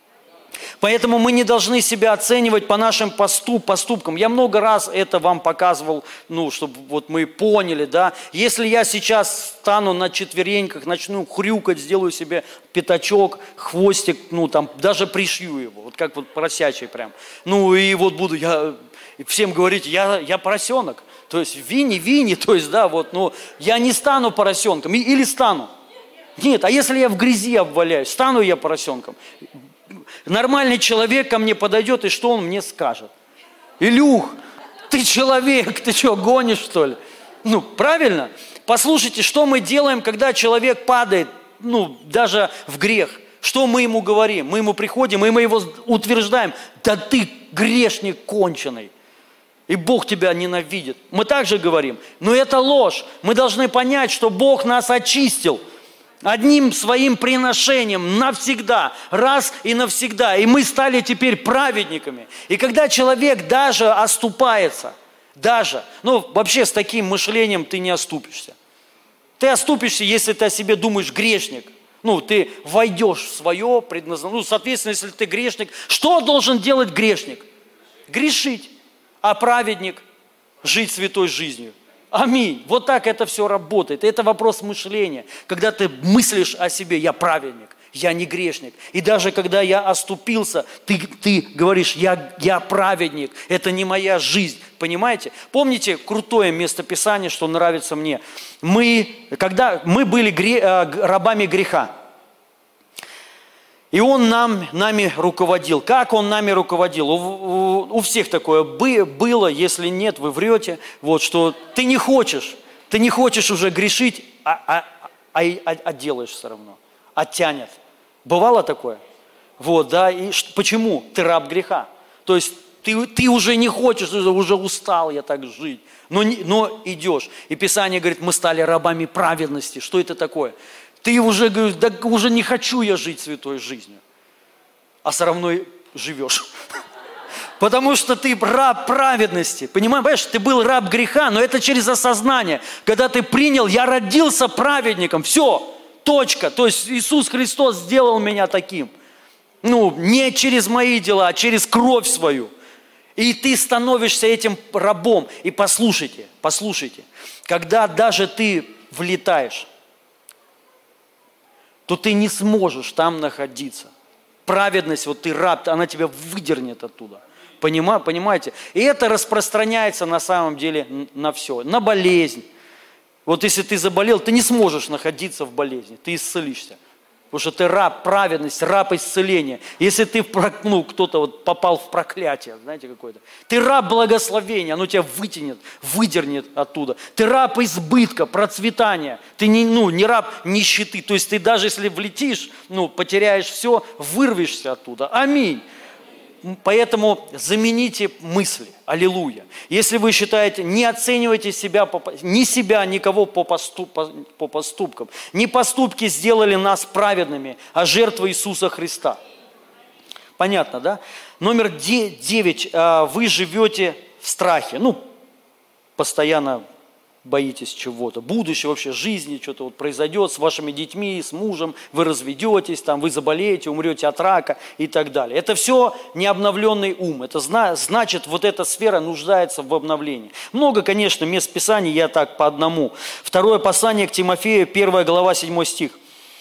Поэтому мы не должны себя оценивать по нашим поступ, поступкам. Я много раз это вам показывал, ну, чтобы вот мы поняли, да. Если я сейчас стану на четвереньках, начну хрюкать, сделаю себе пятачок, хвостик, ну, там, даже пришью его, вот как вот поросячий прям. Ну, и вот буду я всем говорить, я, я поросенок. То есть вини, вини, то есть, да, вот, ну, я не стану поросенком, или стану. Нет, а если я в грязи обваляюсь, стану я поросенком? Нормальный человек ко мне подойдет, и что он мне скажет? Илюх, ты человек, ты что, гонишь, что ли? Ну, правильно? Послушайте, что мы делаем, когда человек падает, ну, даже в грех. Что мы ему говорим? Мы ему приходим, и мы его утверждаем. Да ты грешник конченый. И Бог тебя ненавидит. Мы также говорим. Но это ложь. Мы должны понять, что Бог нас очистил. Одним своим приношением навсегда, раз и навсегда. И мы стали теперь праведниками. И когда человек даже оступается, даже, ну вообще с таким мышлением ты не оступишься. Ты оступишься, если ты о себе думаешь грешник. Ну, ты войдешь в свое предназначение. Ну, соответственно, если ты грешник, что должен делать грешник? Грешить. А праведник жить святой жизнью. Аминь. Вот так это все работает. Это вопрос мышления. Когда ты мыслишь о себе, я праведник, я не грешник. И даже когда я оступился, ты, ты говоришь, я, я праведник, это не моя жизнь. Понимаете? Помните крутое местописание, что нравится мне? Мы, когда мы были гре, рабами греха, и Он нам, нами руководил. Как Он нами руководил? У, у, у всех такое было, если нет, вы врете. Вот, что ты не хочешь, ты не хочешь уже грешить, а, а, а, а, а делаешь все равно. Оттянет. Бывало такое? Вот, да. И что, почему? Ты раб греха. То есть ты, ты уже не хочешь, уже, уже устал я так жить. Но, но идешь. И Писание говорит, мы стали рабами праведности. Что это такое? Ты уже говоришь, да уже не хочу я жить святой жизнью. А все равно живешь. Потому что ты раб праведности. Понимаешь, ты был раб греха, но это через осознание. Когда ты принял, я родился праведником. Все, точка. То есть Иисус Христос сделал меня таким. Ну, не через мои дела, а через кровь свою. И ты становишься этим рабом. И послушайте, послушайте. Когда даже ты влетаешь, то ты не сможешь там находиться. Праведность, вот ты раб, она тебя выдернет оттуда. Понима, понимаете? И это распространяется на самом деле на все. На болезнь. Вот если ты заболел, ты не сможешь находиться в болезни. Ты исцелишься. Потому что ты раб праведности, раб исцеления. Если ты, ну, кто-то вот попал в проклятие, знаете, какое-то. Ты раб благословения, оно тебя вытянет, выдернет оттуда. Ты раб избытка, процветания. Ты не, ну, не раб нищеты. То есть ты даже если влетишь, ну, потеряешь все, вырвешься оттуда. Аминь. Поэтому замените мысли. Аллилуйя. Если вы считаете, не оценивайте себя, ни себя, никого по, поступ, по поступкам. Не поступки сделали нас праведными, а жертва Иисуса Христа. Понятно, да? Номер девять. Вы живете в страхе. Ну, постоянно боитесь чего-то. Будущего, вообще жизни, что-то вот произойдет с вашими детьми, с мужем. Вы разведетесь, там, вы заболеете, умрете от рака и так далее. Это все необновленный ум. Это зна- значит, вот эта сфера нуждается в обновлении. Много, конечно, мест Писаний, я так по одному. Второе послание к Тимофею, первая глава, седьмой стих.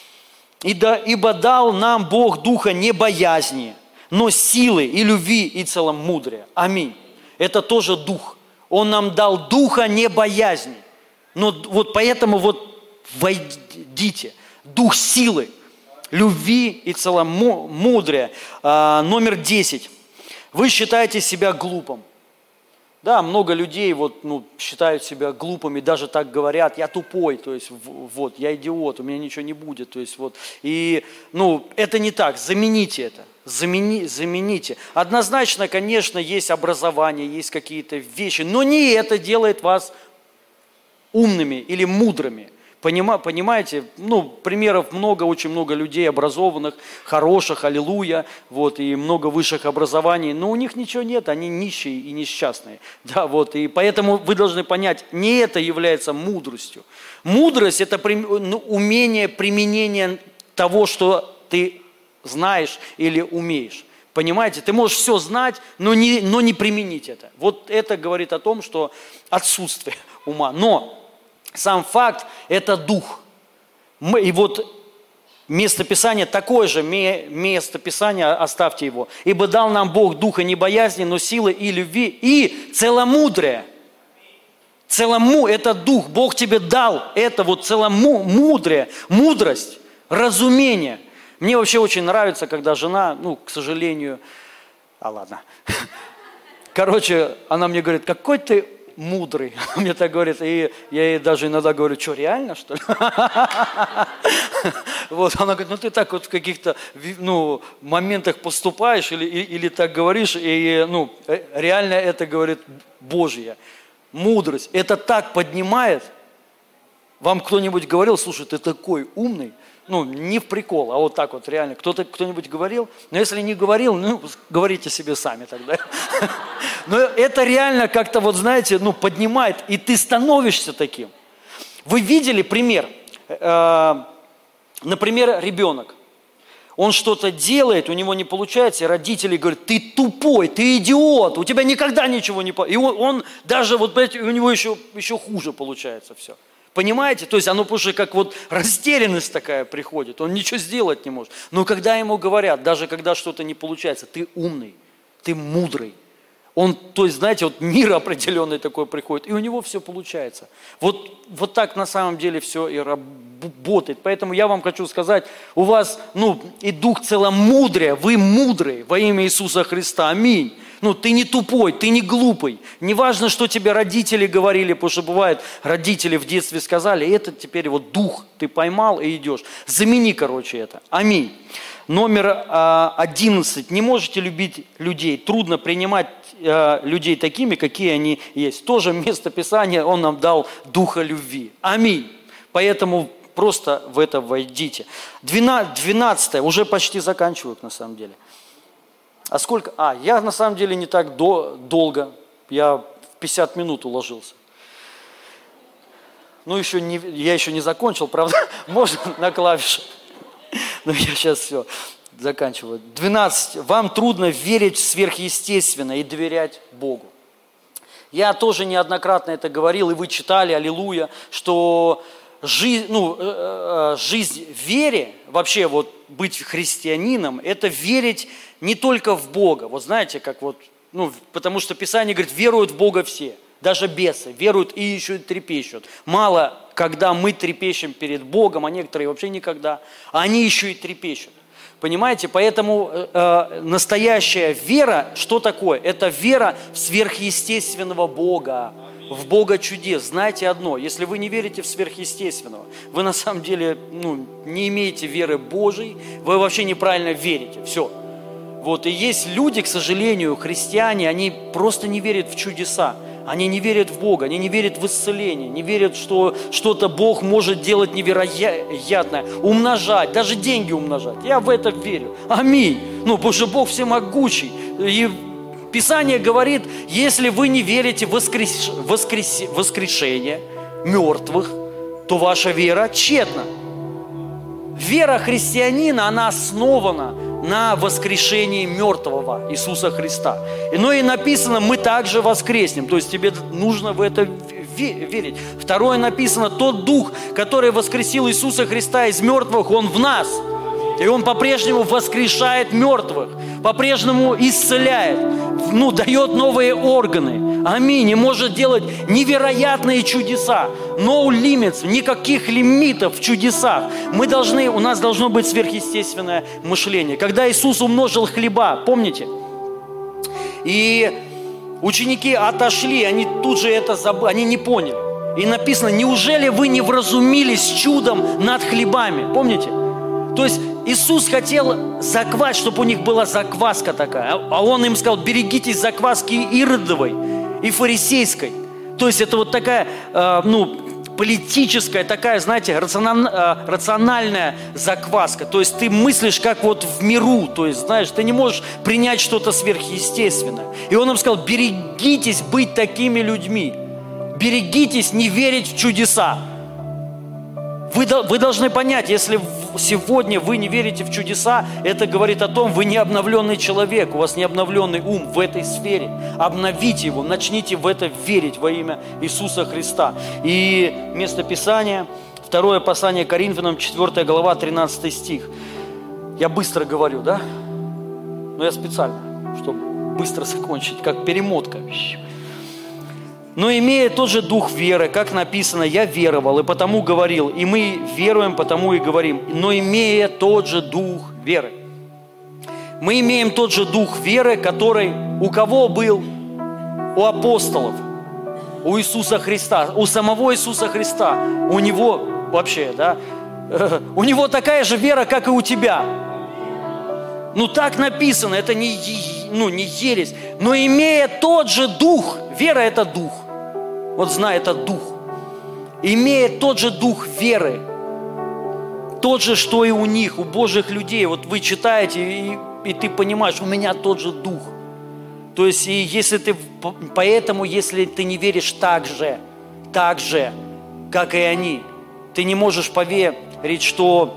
«Ибо дал нам Бог духа не боязни, но силы и любви и целомудрия». Аминь. Это тоже дух. Он нам дал духа не боязни. Но вот поэтому вот войдите. Дух силы, любви и целомудрия. А, номер десять. Вы считаете себя глупым. Да, много людей вот, ну, считают себя глупыми, даже так говорят, я тупой, то есть вот, я идиот, у меня ничего не будет, то есть вот. И, ну, это не так, замените это, замени, замените. Однозначно, конечно, есть образование, есть какие-то вещи, но не это делает вас умными или мудрыми. Понима, понимаете, ну, примеров много, очень много людей образованных, хороших, аллилуйя, вот, и много высших образований, но у них ничего нет, они нищие и несчастные, да, вот, и поэтому вы должны понять, не это является мудростью. Мудрость – это ну, умение применения того, что ты знаешь или умеешь. Понимаете, ты можешь все знать, но не, но не применить это. Вот это говорит о том, что отсутствие ума. Но сам факт – это дух. И вот местописание, такое же местописание, оставьте его. «Ибо дал нам Бог духа не боязни, но силы и любви, и целомудрия». Целому – это дух. Бог тебе дал это вот целомудрие, мудрость, разумение. Мне вообще очень нравится, когда жена, ну, к сожалению, а ладно. Короче, она мне говорит, какой ты мудрый. Она мне так говорит, и я ей даже иногда говорю, что, реально, что ли? Вот, она говорит, ну ты так вот в каких-то, ну, моментах поступаешь или, или так говоришь, и, ну, реально это, говорит, Божья мудрость. Это так поднимает. Вам кто-нибудь говорил, слушай, ты такой умный? Ну, не в прикол, а вот так вот реально. Кто-то, кто-нибудь говорил? Но если не говорил, ну, говорите себе сами тогда. Но это реально как-то, вот знаете, ну, поднимает, и ты становишься таким. Вы видели пример? Например, ребенок. Он что-то делает, у него не получается, и родители говорят, ты тупой, ты идиот, у тебя никогда ничего не получится. И он, он даже, вот, знаете, у него еще, еще хуже получается все. Понимаете? То есть оно просто как вот растерянность такая приходит, он ничего сделать не может. Но когда ему говорят, даже когда что-то не получается, ты умный, ты мудрый. Он, то есть, знаете, вот мир определенный такой приходит, и у него все получается. Вот, вот так на самом деле все и работает. Поэтому я вам хочу сказать, у вас, ну, и дух целомудрия, вы мудрые во имя Иисуса Христа. Аминь. Ну, ты не тупой, ты не глупый. Не важно, что тебе родители говорили, потому что бывает, родители в детстве сказали, это теперь вот дух ты поймал и идешь. Замени, короче, это. Аминь. Номер а, одиннадцать. Не можете любить людей. Трудно принимать а, людей такими, какие они есть. Тоже место Писания Он нам дал духа любви. Аминь. Поэтому просто в это войдите. двенадцатое. Уже почти заканчиваю, на самом деле. А сколько? А, я на самом деле не так до, долго. Я в пятьдесят минут уложился. Ну, еще не, я еще не закончил, правда? Можно на клавишах? Но я сейчас все заканчиваю. двенадцать. Вам трудно верить в сверхъестественное и доверять Богу. Я тоже неоднократно это говорил, и вы читали, аллилуйя, что жизнь, ну, жизнь в вере, вообще вот быть христианином, это верить не только в Бога. Вот знаете, как вот, ну, потому что Писание говорит, веруют в Бога все. Даже бесы веруют и еще и трепещут. Мало, когда мы трепещем перед Богом, а некоторые вообще никогда, а они еще и трепещут. Понимаете? Поэтому э, настоящая вера, что такое? Это вера в сверхъестественного Бога, в Бога чудес. Знайте одно, если вы не верите в сверхъестественного, вы на самом деле, ну, не имеете веры Божией, вы вообще неправильно верите. Все. Вот. И есть люди, к сожалению, христиане, они просто не верят в чудеса. Они не верят в Бога, они не верят в исцеление, не верят, что что-то Бог может делать невероятное, умножать, даже деньги умножать. Я в это верю. Аминь. Ну, потому что Бог всемогущий. И Писание говорит, если вы не верите в воскрес... воскрес... воскрешение мертвых, то ваша вера тщетна. Вера христианина, она основана на воскрешении мертвого Иисуса Христа. Но и написано, мы также воскреснем. То есть тебе нужно в это верить. Второе написано, тот Дух, который воскресил Иисуса Христа из мертвых, Он в нас. И Он по-прежнему воскрешает мертвых, по-прежнему исцеляет, ну, дает новые органы. Аминь. И может делать невероятные чудеса. No limits, никаких лимитов в чудесах. Мы должны, у нас должно быть сверхъестественное мышление. Когда Иисус умножил хлеба, помните? И ученики отошли, они тут же это забыли, они не поняли. И написано, неужели вы не вразумились чудом над хлебами? Помните? То есть Иисус хотел заквасить, чтобы у них была закваска такая. А Он им сказал, берегитесь закваски иродовой и фарисейской. То есть это вот такая, э, ну, политическая, такая, знаете, рациональная закваска. То есть ты мыслишь как вот в миру. То есть, знаешь, ты не можешь принять что-то сверхъестественное. И Он им сказал, берегитесь быть такими людьми. Берегитесь не верить в чудеса. Вы, вы должны понять, если сегодня вы не верите в чудеса, это говорит о том, вы не обновленный человек, у вас не обновленный ум в этой сфере. Обновите его, начните в это верить во имя Иисуса Христа. И место Писания, второе послание Коринфянам, четвёртая глава, тринадцатый стих. Я быстро говорю, да? Но я специально, чтобы быстро закончить, как перемотка. Но имея тот же дух веры, как написано, я веровал и потому говорил, и мы веруем, потому и говорим, но имея тот же дух веры. Мы имеем тот же дух веры, который у кого был? У апостолов, у Иисуса Христа, у самого Иисуса Христа. У Него вообще, да, у Него такая же вера, как и у тебя. Ну так написано, это не, ну, не ересь, но имея тот же дух, вера это дух. Вот знай, это дух. Имея тот же дух веры, тот же, что и у них, у Божьих людей. Вот вы читаете, и, и ты понимаешь, у меня тот же дух. То есть, и если ты, поэтому, если ты не веришь так же, так же, как и они, ты не можешь поверить, что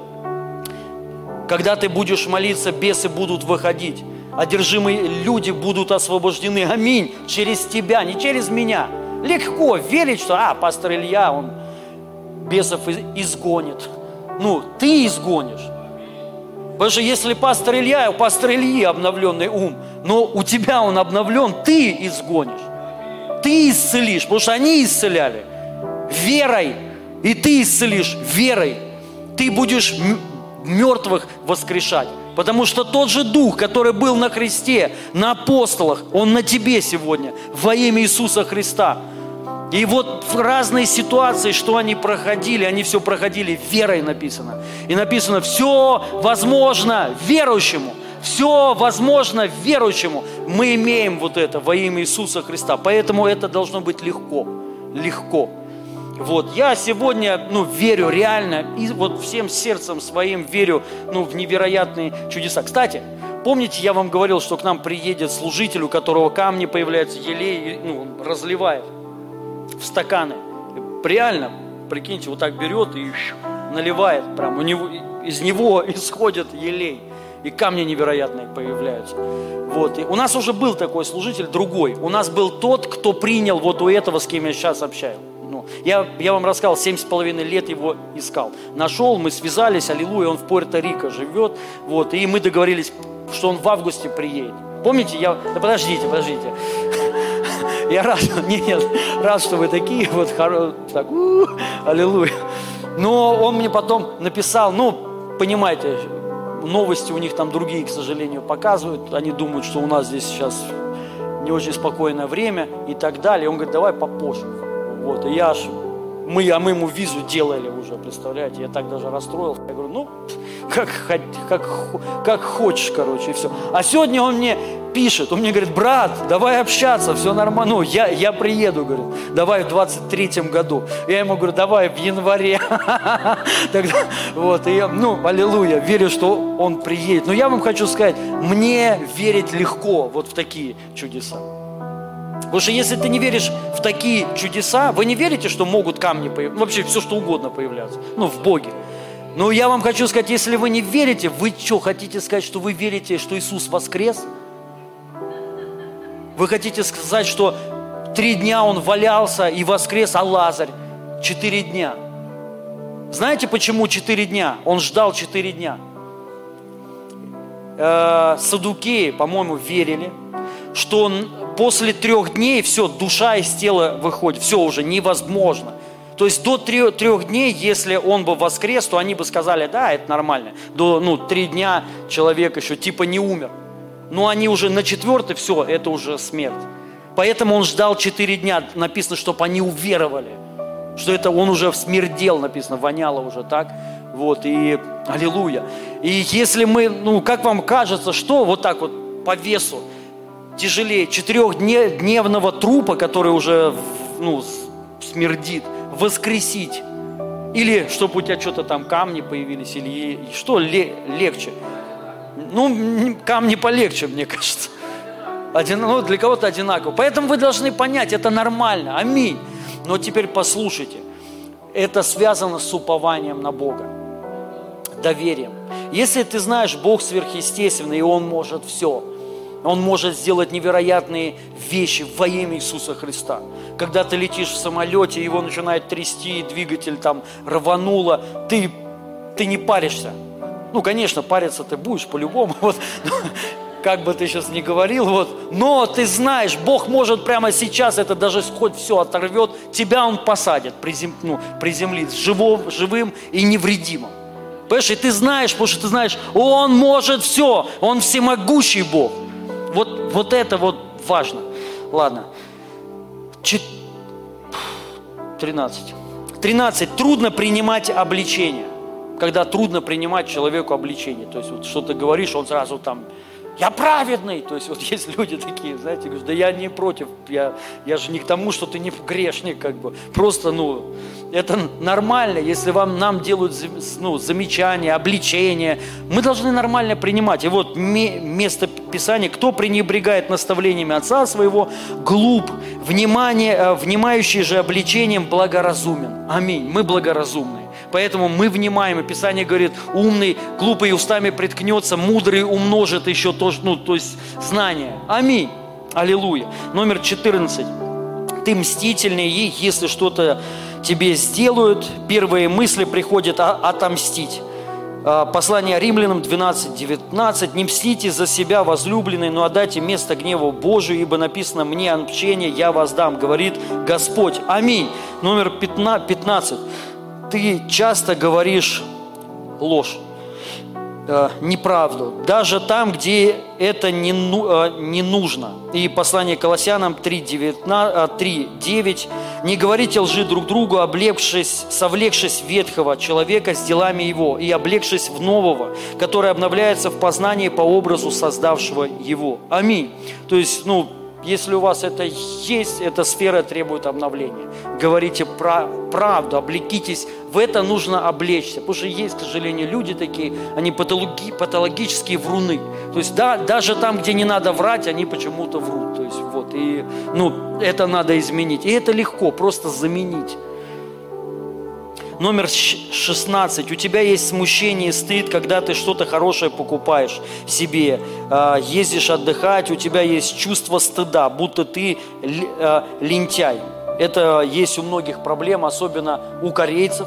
когда ты будешь молиться, бесы будут выходить, одержимые люди будут освобождены. Аминь. Через тебя, не через меня. Легко верить, что, а, пастор Илья, он бесов изгонит. Ну, ты изгонишь. Потому что если пастор Илья, у пастора Ильи обновленный ум, но у тебя он обновлен, ты изгонишь. Ты исцелишь, потому что они исцеляли верой, и ты исцелишь верой. Ты будешь мертвых воскрешать. Потому что тот же Дух, который был на кресте, на апостолах, Он на тебе сегодня, во имя Иисуса Христа. И вот в разные ситуации, что они проходили, они все проходили верой, написано. И написано, все возможно верующему. Все возможно верующему. Мы имеем вот это во имя Иисуса Христа. Поэтому это должно быть легко. Легко. Вот, я сегодня, ну, верю реально, и вот всем сердцем своим верю, ну, в невероятные чудеса. Кстати, помните, я вам говорил, что к нам приедет служитель, у которого камни появляются, елей, ну, он разливает в стаканы. Реально, прикиньте, вот так берет и наливает, прям, у него, из него исходит елей, и камни невероятные появляются. Вот, и у нас уже был такой служитель, другой. У нас был тот, кто принял вот у этого, с кем я сейчас общаюсь. Я, я вам рассказал, семь с половиной лет его искал. Нашел, мы связались, аллилуйя, он в Пуэрто-Рико живет. Вот, и мы договорились, что он в августе приедет. Помните, я... Да подождите, подождите. Я рад, нет, рад, что вы такие, вот, так, аллилуйя. Но он мне потом написал, ну, понимаете, новости у них там другие, к сожалению, показывают. Они думают, что у нас здесь сейчас не очень спокойное время и так далее. Он говорит, давай попозже. Вот, и я аж, мы, а мы ему визу делали уже, представляете, я так даже расстроился. Я говорю, ну, как, как, как хочешь, короче, и все. А сегодня он мне пишет, он мне говорит: брат, давай общаться, все нормально. Ну, я, я приеду, говорит, давай в двадцать третьем году. Я ему говорю: давай в январе. Тогда, вот, и я, ну, аллилуйя, верю, что он приедет. Но я вам хочу сказать, мне верить легко вот в такие чудеса. Потому что если ты не веришь в такие чудеса, вы не верите, что могут камни появляться, вообще все, что угодно появляться, ну, в Боге. Но я вам хочу сказать, если вы не верите, вы что, хотите сказать, что вы верите, что Иисус воскрес? Вы хотите сказать, что три дня Он валялся и воскрес, а Лазарь четыре дня? Знаете, почему четыре дня? Он ждал четыре дня. Э, саддукеи, по-моему, верили, что он после трех дней все, душа из тела выходит, все уже невозможно. То есть до трех, трех дней, если он бы воскрес, то они бы сказали: да, это нормально. До ну, три дня человек еще типа не умер. Но они уже на четвертый, все, это уже смерть. Поэтому он ждал четыре дня, написано, чтобы они уверовали, что это он уже смердел, написано, воняло уже так. Вот, и аллилуйя. И если мы, ну, как вам кажется, что вот так вот по весу тяжелее четырехдневного трупа, который уже, ну, смердит, воскресить? Или чтобы у тебя что-то там камни появились, или что легче? Ну, камни полегче, мне кажется. Один, ну, для кого-то одинаково. Поэтому вы должны понять, это нормально. Аминь. Но теперь послушайте. Это связано с упованием на Бога. Доверием. Если ты знаешь, Бог сверхъестественный, и Он может все. Он может сделать невероятные вещи во имя Иисуса Христа. Когда ты летишь в самолете, его начинает трясти, двигатель там рвануло, ты, ты не паришься. Ну, конечно, париться ты будешь по-любому, вот, как бы ты сейчас ни говорил, вот, но ты знаешь, Бог может прямо сейчас, это даже хоть все оторвет, тебя Он посадит, призем, ну, приземлит живым, живым и невредимым. Понимаешь, и ты знаешь, потому что ты знаешь, Он может все, Он всемогущий Бог. Вот, вот это вот важно. Ладно. тринадцать. тринадцать. Трудно принимать обличение. Когда трудно принимать человеку обличение. То есть вот что ты говоришь, он сразу там: я праведный. То есть вот есть люди такие, знаете, говорят: да я не против, я, я же не к тому, что ты не грешник, как бы. Просто, ну, это нормально, если вам, нам делают, ну, замечания, обличения, мы должны нормально принимать. И вот место Писания: кто пренебрегает наставлениями отца своего, глуп, внимание, внимающий же обличением благоразумен. Аминь. Мы благоразумные. Поэтому мы внимаем, и Писание говорит: умный, глупый устами приткнется, мудрый умножит еще тоже, ну, то есть знание. Аминь. Аллилуйя. Номер четырнадцать. Ты мстительный, и если что-то тебе сделают, первые мысли приходят отомстить. Послание Римлянам двенадцать девятнадцать. Не мстите за себя, возлюбленные, но отдайте место гневу Божию, ибо написано: мне отмщение, я воздам, говорит Господь. Аминь. Номер пятнадцать. Ты часто говоришь ложь, э, неправду, даже там, где это не, ну, э, не нужно. И послание Колоссянам три девять. Не говорите лжи друг другу, облегшись, совлекшись ветхого человека с делами его, и облегшись в нового, который обновляется в познании по образу создавшего его. Аминь. То есть, ну, если у вас это есть, эта сфера требует обновления. Говорите про правду, облекитесь. В это нужно облечься. Потому что есть, к сожалению, люди такие, они патологи, патологические вруны. То есть да, даже там, где не надо врать, они почему-то врут. То есть вот, и, ну, это надо изменить. И это легко, просто заменить. Номер шестнадцать. У тебя есть смущение и стыд, когда ты что-то хорошее покупаешь себе, ездишь отдыхать, у тебя есть чувство стыда, будто ты лентяй. Это есть у многих проблем, особенно у корейцев.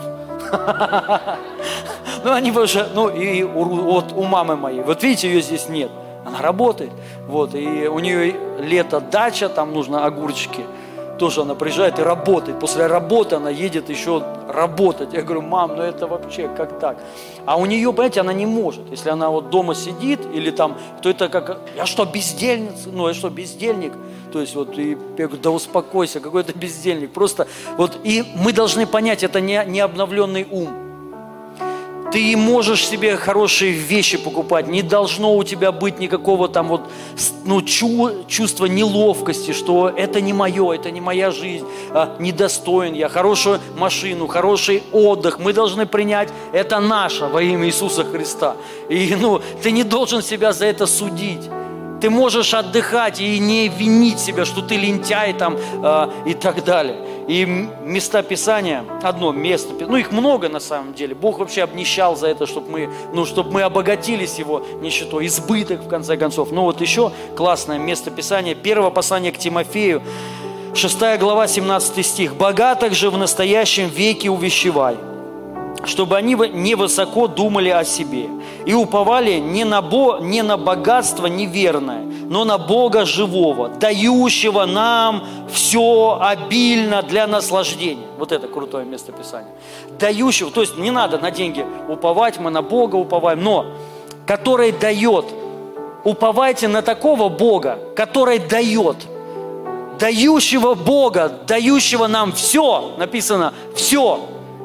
Ну, они уже, ну, и вот у мамы моей. Вот видите, ее здесь нет. Она работает. Вот, и у нее лето дача, там нужно огурчики. Тоже она приезжает и работает. После работы она едет еще работать. Я говорю: мам, ну это вообще как так? А у нее, понимаете, она не может. Если она вот дома сидит или там, то это как: я что, бездельница? Ну, я что, бездельник? То есть вот, и я говорю: да успокойся, какой ты бездельник. Просто вот, и мы должны понять, это не, не обновленный ум. Ты можешь себе хорошие вещи покупать. Не должно у тебя быть никакого там вот, ну, чу- чувства неловкости, что это не мое, это не моя жизнь, а, недостоин я. Хорошую машину, хороший отдых. Мы должны принять, это наше во имя Иисуса Христа. И ну, ты не должен себя за это судить. Ты можешь отдыхать и не винить себя, что ты лентяй там э, и так далее. И места Писания, одно место, ну их много на самом деле. Бог вообще обнищал за это, чтобы мы, ну, чтобы мы обогатились Его нищетой, избыток в конце концов. Ну вот еще классное место Писания, первое послание к Тимофею, шестая глава, семнадцатый стих. «Богатых же в настоящем веке увещевай, чтобы они не высоко думали о себе и уповали не на, бо, не на богатство неверное, но на Бога живого, дающего нам все обильно для наслаждения». Вот это крутое место Писания. Дающего, то есть не надо на деньги уповать, мы на Бога уповаем, но который дает. Уповайте на такого Бога, который дает. Дающего Бога, дающего нам все, написано все.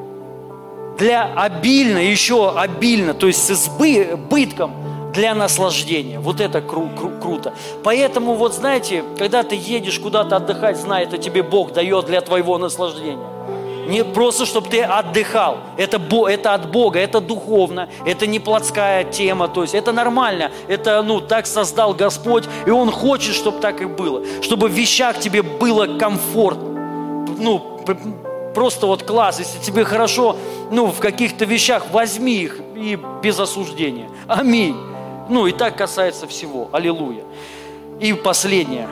Для обильно, еще обильно, то есть с избытком для наслаждения. Вот это кру- кру- круто. Поэтому вот знаете, когда ты едешь куда-то отдыхать, знай, это тебе Бог дает для твоего наслаждения. Не просто, чтобы ты отдыхал. Это, это от Бога, это духовно, это не плотская тема, то есть это нормально. Это, ну, так создал Господь, и Он хочет, чтобы так и было. Чтобы в вещах тебе было комфортно. Ну, просто вот класс, если тебе хорошо, ну, в каких-то вещах, возьми их и без осуждения. Аминь. Ну, и так касается всего. Аллилуйя. И последнее.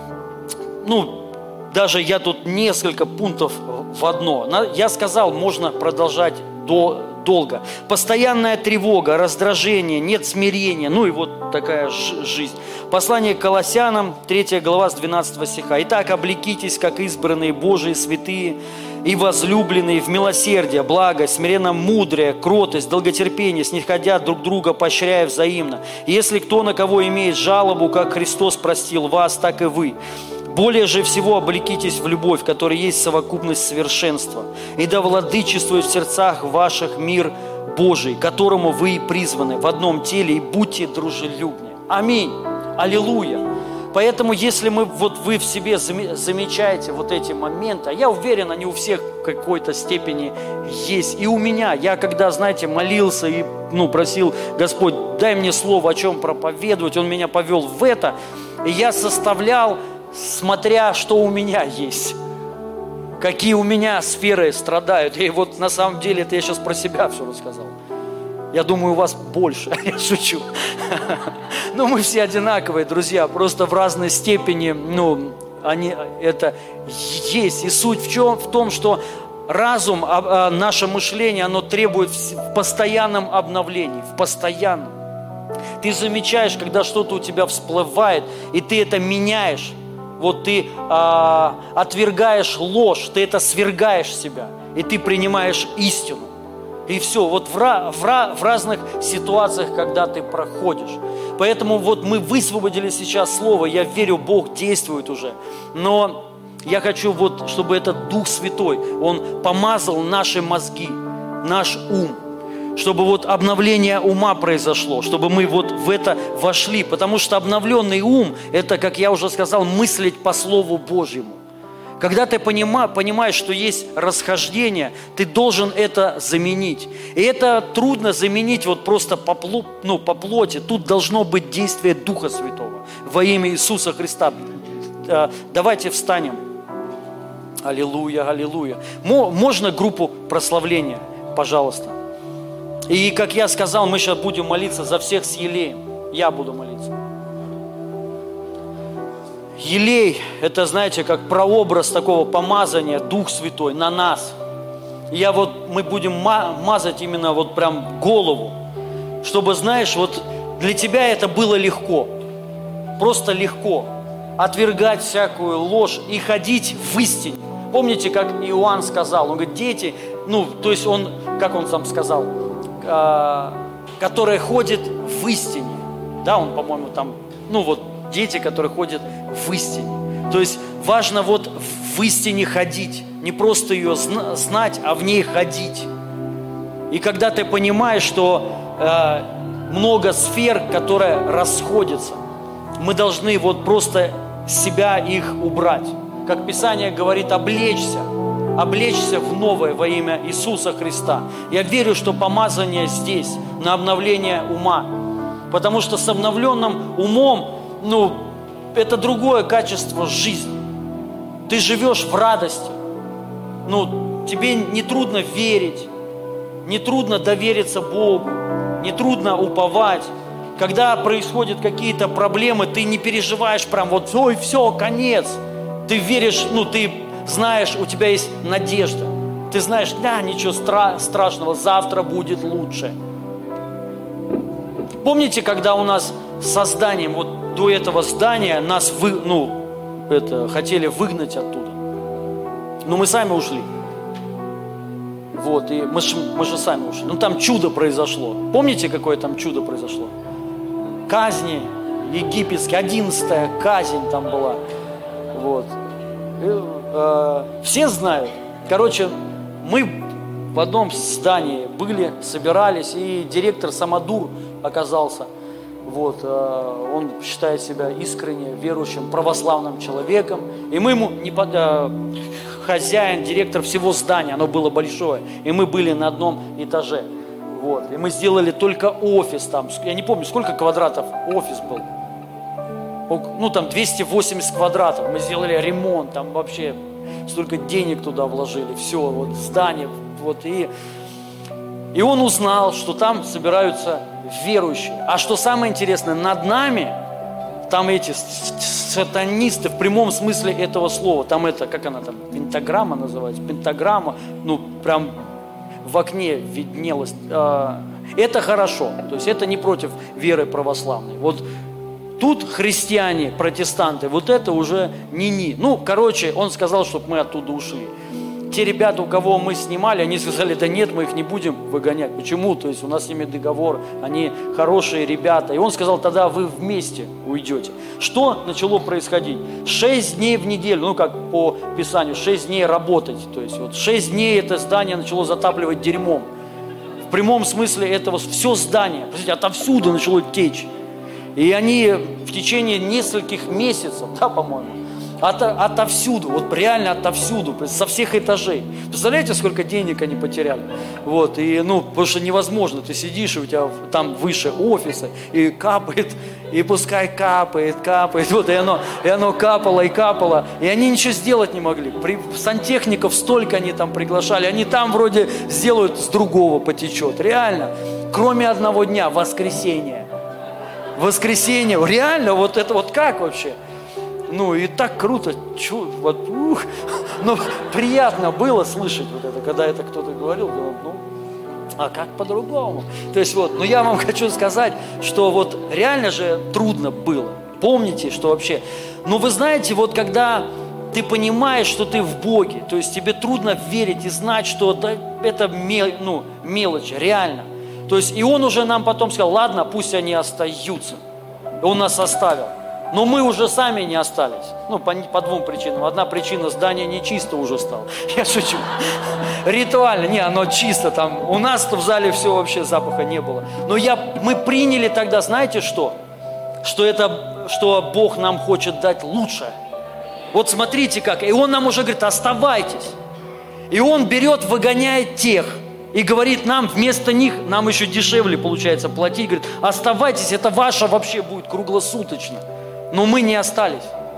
Ну, даже я тут несколько пунктов в одно. Я сказал, можно продолжать до, долго. Постоянная тревога, раздражение, нет смирения. Ну, и вот такая ж- жизнь. Послание к Колоссянам, третья глава с двенадцатого стиха. «Итак, облекитесь, как избранные Божии святые и возлюбленные в милосердие, благость, смиренно-мудрее, кротость, долготерпение, снисходя друг друга, поощряя взаимно. Если кто на кого имеет жалобу, как Христос простил вас, так и вы. Более же всего облекитесь в любовь, в которой есть совокупность совершенства, и да владычествует в сердцах ваших мир Божий, которому вы и призваны в одном теле, и будьте дружелюбны». Аминь. Аллилуйя. Поэтому, если мы, вот вы в себе замечаете вот эти моменты, а я уверен, они у всех в какой-то степени есть. И у меня, я когда, знаете, молился и ну, просил, Господь, дай мне слово, о чем проповедовать, Он меня повел в это, и я составлял, смотря, что у меня есть, какие у меня сферы страдают. И вот на самом деле, это я сейчас про себя все рассказал. Я думаю, у вас больше, я шучу. Но мы все одинаковые, друзья, просто в разной степени, ну, они, это есть. И суть в чем? В том, что разум, а, а, наше мышление, оно требует в постоянном обновлении, в постоянном. Ты замечаешь, когда что-то у тебя всплывает, и ты это меняешь. Вот ты а, отвергаешь ложь, ты это свергаешь себя, и ты принимаешь истину. И все, вот в, в, в разных ситуациях, когда ты проходишь. Поэтому вот мы высвободили сейчас слово, я верю, Бог действует уже. Но я хочу вот, чтобы этот Дух Святой, Он помазал наши мозги, наш ум, чтобы вот обновление ума произошло, чтобы мы вот в это вошли. Потому что обновленный ум, это, как я уже сказал, мыслить по Слову Божьему. Когда ты понимаешь, что есть расхождение, ты должен это заменить. И это трудно заменить вот просто по, ну, по плоти. Тут должно быть действие Духа Святого во имя Иисуса Христа. Давайте встанем. Аллилуйя, аллилуйя. Можно группу прославления, пожалуйста. И как я сказал, мы сейчас будем молиться за всех с елеем. Я буду молиться. Елей, это, знаете, как прообраз такого помазания, Дух Святой на нас. И я вот, мы будем мазать именно вот прям голову, чтобы, знаешь, вот для тебя это было легко, просто легко отвергать всякую ложь и ходить в истине. Помните, как Иоанн сказал, он говорит, дети, ну, то есть он, как он там сказал, э, которые ходят в истине, да, он, по-моему, там, ну, вот, дети, которые ходят в истине. То есть важно вот в истине ходить. Не просто ее знать, а в ней ходить. И когда ты понимаешь, что э, много сфер, которые расходятся, мы должны вот просто себя их убрать. Как Писание говорит, облечься, облечься в новое во имя Иисуса Христа. Я верю, что помазание здесь на обновление ума. Потому что с обновленным умом, ну, это другое качество жизни. Ты живешь в радости. Ну, тебе не трудно верить, не трудно довериться Богу, не трудно уповать. Когда происходят какие-то проблемы, ты не переживаешь прям вот, ой, все, конец. Ты веришь, ну, ты знаешь, у тебя есть надежда. Ты знаешь, да, ничего стра- страшного, завтра будет лучше. Помните, когда у нас с созданием, вот до этого здания нас вы, ну, это, хотели выгнать оттуда. Но мы сами ушли. Вот, и мы же, мы же сами ушли. Ну, там чудо произошло. Помните, какое там чудо произошло? Казни египетские, одиннадцатая казнь там была. Вот. И, э, все знают. Короче, мы в одном здании были, собирались, и директор Самодур оказался. Вот, э, он считает себя искренне верующим, православным человеком. И мы ему, не под, э, хозяин, директор всего здания, оно было большое. И мы были на одном этаже. Вот, и мы сделали только офис там. Я не помню, сколько квадратов офис был. Ну, там двести восемьдесят квадратов. Мы сделали ремонт, там вообще столько денег туда вложили. Все, вот здание. Вот, и, и он узнал, что там собираются верующие. А что самое интересное, над нами, там эти сатанисты в прямом смысле этого слова, там это, как она там, пентаграмма называется, пентаграмма, ну, прям в окне виднелось. Это хорошо, то есть это не против веры православной. Вот тут христиане, протестанты, вот это уже не-не. Ну, короче, он сказал, чтобы мы оттуда ушли. Те ребята, у кого мы снимали, они сказали, да нет, мы их не будем выгонять. Почему? То есть у нас с ними договор, они хорошие ребята. И он сказал, тогда вы вместе уйдете. Что начало происходить? Шесть дней в неделю, ну как по Писанию, шесть дней работать. То есть вот шесть дней это здание начало затапливать дерьмом. В прямом смысле этого все здание, посмотрите, отовсюду начало течь. И они в течение нескольких месяцев, да, по-моему, От, отовсюду, вот реально отовсюду, со всех этажей. Представляете, сколько денег они потеряли? Вот, и, ну, потому что невозможно, ты сидишь, и у тебя там выше офиса, и капает, и пускай капает, капает, вот, и оно, и оно капало, и капало, и они ничего сделать не могли. При, сантехников столько они там приглашали, они там вроде сделают, с другого потечет, реально. Кроме одного дня, воскресенье. Воскресенье, реально, вот это вот как вообще? Ну, и так круто, чу, вот, ух, ну, приятно было слышать вот это, когда это кто-то говорил, думал, ну, а как по-другому? То есть вот, ну, я вам хочу сказать, что вот реально же трудно было. Помните, что вообще, ну, вы знаете, вот когда ты понимаешь, что ты в Боге, то есть тебе трудно верить и знать, что да, это мел, ну, мелочь, реально. То есть и Он уже нам потом сказал, ладно, пусть они остаются. Он нас оставил. Но мы уже сами не остались. Ну, по, по двум причинам. Одна причина, здание нечисто уже стало. Я шучу. Ритуально, не, оно чисто там. У нас-то в зале все вообще запаха не было. Но я, мы приняли тогда, знаете что? Что это, что Бог нам хочет дать лучшее. Вот смотрите как. И Он нам уже говорит, оставайтесь. И Он берет, выгоняет тех. И говорит нам, вместо них, нам еще дешевле получается платить. Говорит, оставайтесь, это ваше вообще будет круглосуточно. Но мы не остались,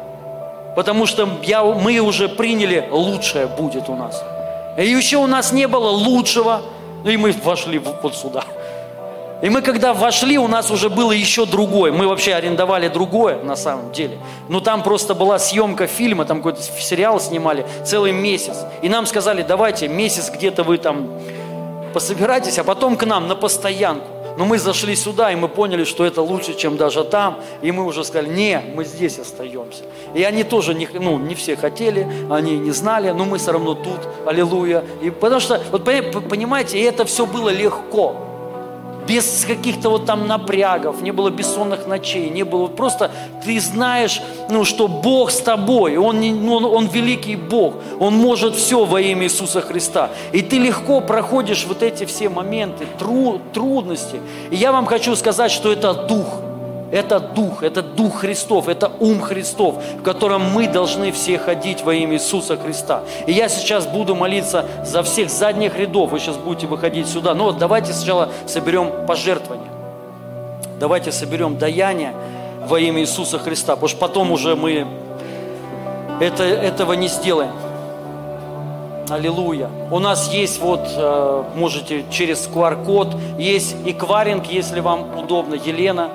потому что я, мы уже приняли, лучшее будет у нас. И еще у нас не было лучшего, и мы вошли вот сюда. И мы когда вошли, у нас уже было еще другое. Мы вообще арендовали другое на самом деле. Но там просто была съемка фильма, там какой-то сериал снимали целый месяц. И нам сказали, давайте месяц где-то вы там пособирайтесь, а потом к нам на постоянку. Но мы зашли сюда, и мы поняли, что это лучше, чем даже там. И мы уже сказали, не, мы здесь остаемся. И они тоже, не, ну, не все хотели, они не знали, но мы все равно тут, аллилуйя. И потому что, вот понимаете, и это все было легко. без каких-то вот там напрягов, не было бессонных ночей, не было, просто ты знаешь, ну, что Бог с тобой, Он, не, ну, он, он великий Бог, Он может все во имя Иисуса Христа. И ты легко проходишь вот эти все моменты, тру, трудности. И я вам хочу сказать, что это Дух. Это Дух, это Дух Христов, это ум Христов, в котором мы должны все ходить во имя Иисуса Христа. И я сейчас буду молиться за всех задних рядов, вы сейчас будете выходить сюда. Но вот давайте сначала соберем пожертвования. Давайте соберем даяние во имя Иисуса Христа, потому что потом уже мы это, этого не сделаем. Аллилуйя. У нас есть вот, можете через ку ар код, есть эквайринг, если вам удобно, Елена.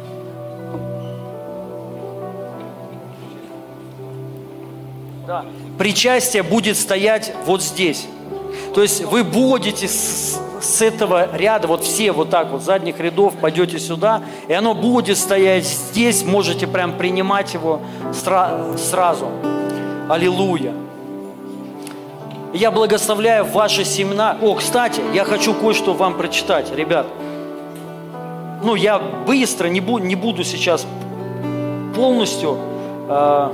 Да. Причастие будет стоять вот здесь. То есть вы будете с, с этого ряда, вот все вот так вот, задних рядов, пойдете сюда, и оно будет стоять здесь, можете прям принимать его сра- сразу. Аллилуйя. Я благословляю ваши семена. О, кстати, я хочу кое-что вам прочитать, ребят. Ну, я быстро, не, бу- не буду сейчас полностью... Э-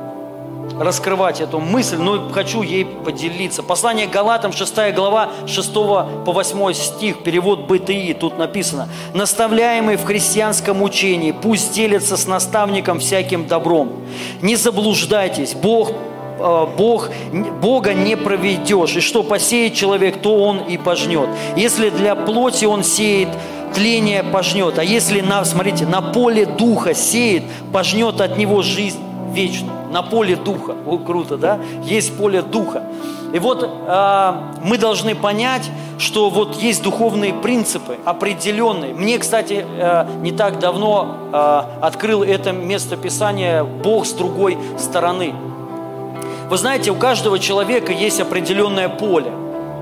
раскрывать эту мысль, но хочу ей поделиться. Послание к Галатам, шестая глава, шестого по восьмой стих, перевод бэ тэ и, тут написано: «Наставляемые в христианском учении пусть делятся с наставником всяким добром. Не заблуждайтесь, Бог, э, Бог, Бога не проведешь, и что посеет человек, то он и пожнет. Если для плоти он сеет, тление пожнет, а если, на, смотрите, на поле духа сеет, пожнет от него жизнь вечную». На поле духа. О, круто, да? Есть поле духа. И вот э, мы должны понять, что вот есть духовные принципы определенные. Мне, кстати, э, не так давно э, открыл это место Писания Бог с другой стороны. Вы знаете, у каждого человека есть определенное поле.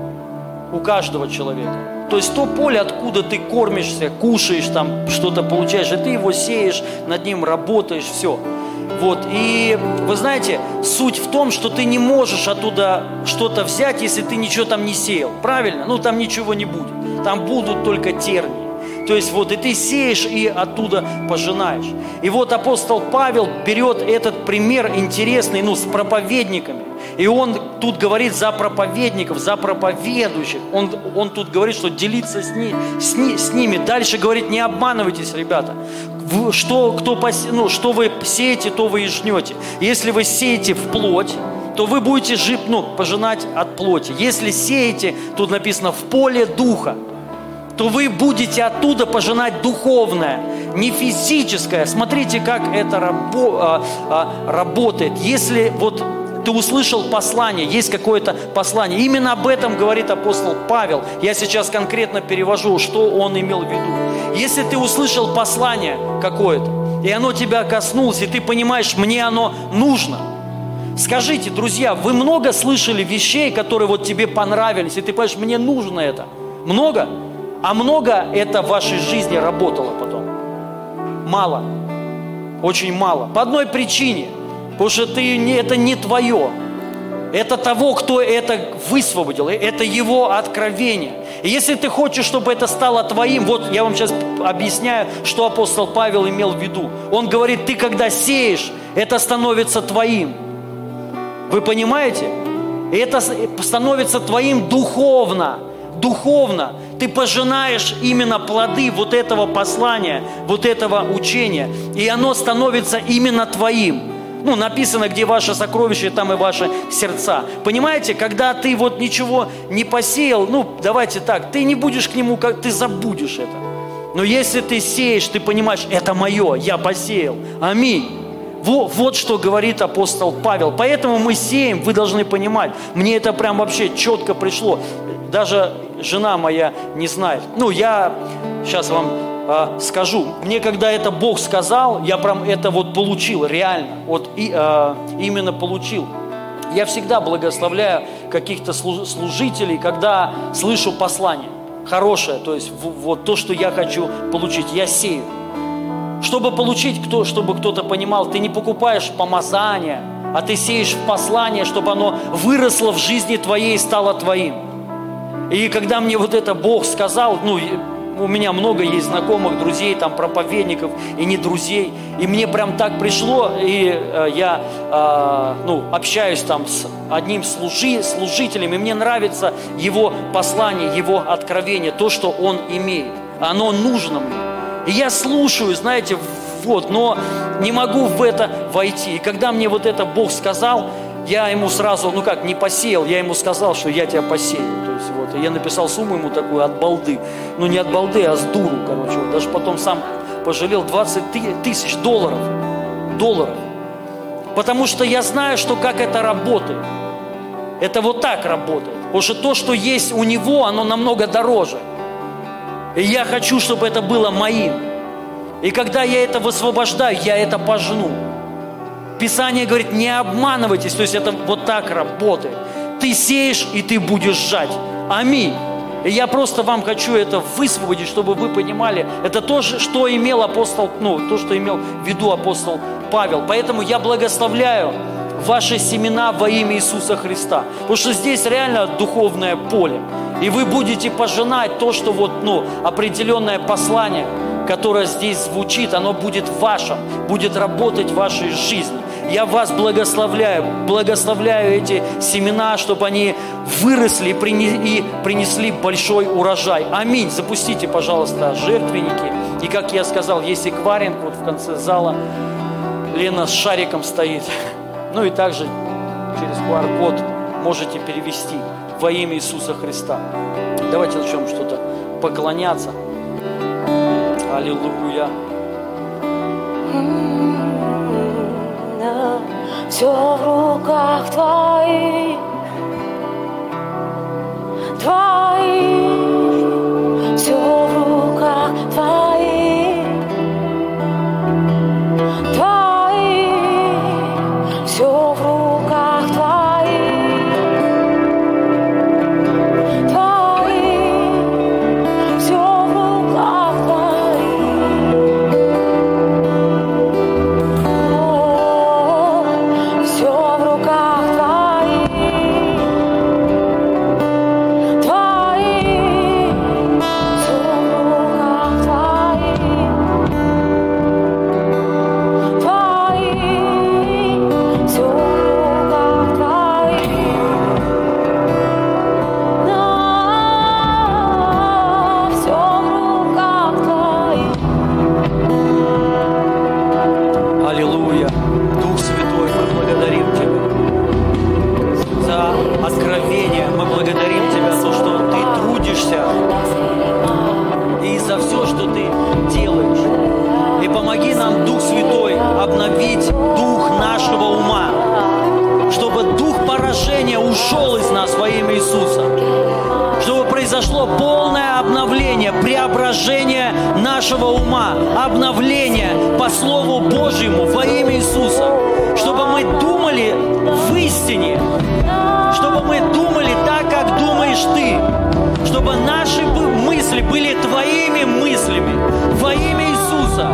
У каждого человека. То есть то поле, откуда ты кормишься, кушаешь, там что-то получаешь, и ты его сеешь, над ним работаешь, все. Вот, и вы знаете, суть в том, что ты не можешь оттуда что-то взять, если ты ничего там не сеял, правильно? Ну, там ничего не будет, там будут только тернии. То есть вот, и ты сеешь, и оттуда пожинаешь. И вот апостол Павел берет этот пример интересный, ну, с проповедниками. И он тут говорит за проповедников, за проповедующих. Он, он тут говорит, что делиться с, ни, с, ни, с ними. Дальше говорит: не обманывайтесь, ребята. Что, кто посе, ну, что вы сеете, то вы и жнете. Если вы сеете в плоть, то вы будете жить, ну, пожинать от плоти. Если сеете, тут написано, в поле духа, то вы будете оттуда пожинать духовное, не физическое. Смотрите, как это рабо- а, а, работает. Если вот ты услышал послание, есть какое-то послание, именно об этом говорит апостол Павел. Я сейчас конкретно перевожу, что он имел в виду. Если ты услышал послание какое-то, и оно тебя коснулось, и ты понимаешь, мне оно нужно. Скажите, друзья, вы много слышали вещей, которые вот тебе понравились, и ты понимаешь, мне нужно это? Много? А много это в вашей жизни работало потом? Мало. Очень мало. По одной причине. Потому что ты, это не твое. Это того, кто это высвободил. Это его откровение. И если ты хочешь, чтобы это стало твоим, вот я вам сейчас объясняю, что апостол Павел имел в виду. Он говорит, ты когда сеешь, это становится твоим. Вы понимаете? И это становится твоим духовно. Духовно. Ты пожинаешь именно плоды вот этого послания, вот этого учения. И оно становится именно твоим. Ну, написано, где ваше сокровище, там и ваши сердца. Понимаете, когда ты вот ничего не посеял, ну, давайте так, ты не будешь к нему, как ты забудешь это. Но если ты сеешь, ты понимаешь, это мое, я посеял. Аминь. Вот, вот что говорит апостол Павел. Поэтому мы сеем, вы должны понимать. Мне это прям вообще четко пришло. Даже жена моя не знает. Ну, я сейчас вам э, скажу. Мне когда это Бог сказал, я прям это вот получил, реально. Вот и, э, именно получил. Я всегда благословляю каких-то служителей, когда слышу послание хорошее. То есть вот то, что я хочу получить, я сею. Чтобы получить, кто, чтобы кто-то понимал, ты не покупаешь помазание, а ты сеешь в послание, чтобы оно выросло в жизни твоей и стало твоим. И когда мне вот это Бог сказал, ну, у меня много есть знакомых, друзей, там, проповедников и не друзей. И мне прям так пришло, и э, я э, ну, общаюсь там с одним служи, служителем, и мне нравится его послание, его откровение, то, что он имеет. Оно нужно мне. И я слушаю, знаете, вот, но не могу в это войти. И когда мне вот это Бог сказал, я ему сразу, ну как, не посеял, я ему сказал, что я тебя посею. То есть вот, и я написал сумму ему такую от балды. Ну не от балды, а с дуру, короче. Вот, даже потом сам пожалел двадцать тысяч долларов. Долларов. Потому что я знаю, что как это работает. Это вот так работает. Потому что то, что есть у него, оно намного дороже. И я хочу, чтобы это было моим. И когда я это высвобождаю, я это пожну. Писание говорит, не обманывайтесь, то есть это вот так работает. Ты сеешь, и ты будешь жать. Аминь. И я просто вам хочу это высвободить, чтобы вы понимали, это то, что имел апостол, ну, то, что имел в виду апостол Павел. Поэтому я благословляю ваши семена во имя Иисуса Христа. Потому что здесь реально духовное поле. И вы будете пожинать то, что вот, ну, определенное послание, которое здесь звучит, оно будет вашим, будет работать в вашей жизни. Я вас благословляю, благословляю эти семена, чтобы они выросли и принесли большой урожай. Аминь. Запустите, пожалуйста, жертвенники. И как я сказал, есть эквайринг вот в конце зала. Лена с шариком стоит. Ну и также через ку ар-код можете перевести во имя Иисуса Христа. Давайте начнем что-то поклоняться. Аллилуйя. Все в руках Твоих, Твоих, все в руках Твоих, Твоих, все в руках Твоих, Твоих, все в руках Твоих, все в руках Твоих. ушел из нас во имя Иисуса. Чтобы произошло полное обновление, преображение нашего ума, обновление по Слову Божьему во имя Иисуса. Чтобы мы думали в истине, чтобы мы думали так, как думаешь Ты, чтобы наши мысли были Твоими мыслями во имя Иисуса.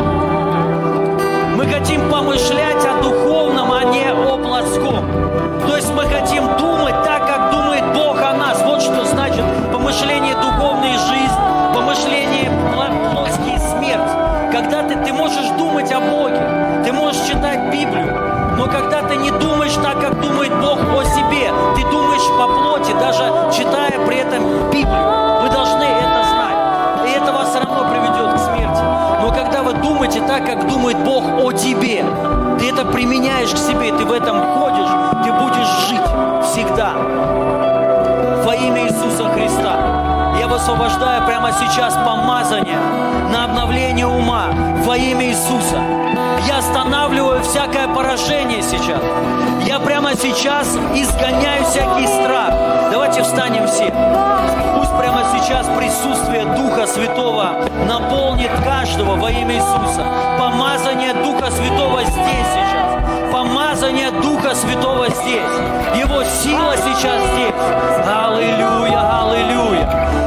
Мы хотим помышлять о духовном, а не о плотском. То есть мы хотим думать так, как думает Бог о нас. Вот что значит помышление духовная жизнь, помышление плотские смерть. Когда ты, ты можешь думать о Боге, ты можешь читать Библию, но когда ты не думаешь так, как думает Бог о себе, ты думаешь по плоти, даже читая при этом Библию. Вы должны это знать. И это вас все равно приведет к смерти. Но когда вы думаете так, как думает Бог о тебе, ты это применяешь к себе, ты в этом ходишь, ты будешь жить всегда. Во имя Иисуса Христа. Я высвобождаю прямо сейчас помазание на обновление ума во имя Иисуса. Я останавливаю всякое поражение сейчас. Я прямо сейчас изгоняю всякий страх. Давайте встанем все. Пусть прямо сейчас присутствие Духа Святого наполнит каждого во имя Иисуса. Помазание Духа Святого здесь сейчас. Помазание Духа Святого здесь. Его сила сейчас здесь. Аллилуйя, аллилуйя.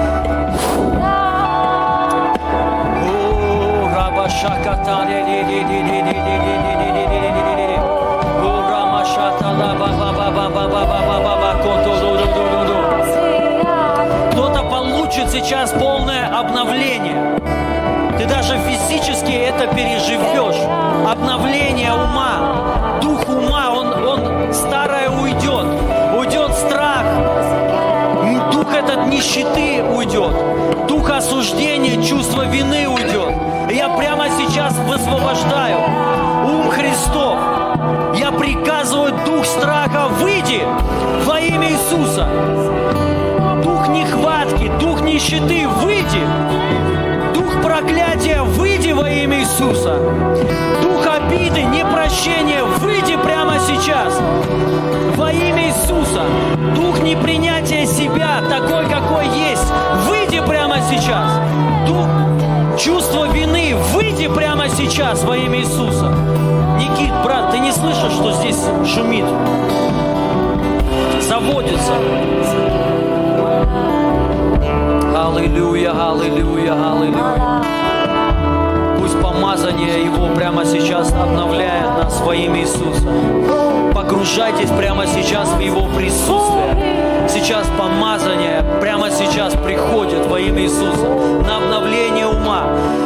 О, Рабашаката, кто-то получит сейчас полное обновление. это переживешь. Обновление ума. Дух ума, он, он старое уйдет. Уйдет страх. Дух этот нищеты уйдет. Дух осуждения, чувство вины уйдет. И я прямо сейчас высвобождаю ум Христов. Я приказываю дух страха, выйди во имя Иисуса. Дух нехватки, дух нищеты, выйди. Дух проклятия, выйди во имя Иисуса. Дух обиды, непрощения, выйди прямо сейчас во имя Иисуса. Дух непринятия себя, такой, какой есть, выйди прямо сейчас. Дух чувства вины, выйди прямо сейчас во имя Иисуса. Никит, брат, ты не слышишь, что здесь шумит? Заводится. Аллилуйя, аллилуйя, аллилуйя. Пусть помазание Его прямо сейчас обновляет нас во имя Иисуса. Погружайтесь прямо сейчас в Его присутствие. Сейчас помазание прямо сейчас приходит во имя Иисуса на обновление ума.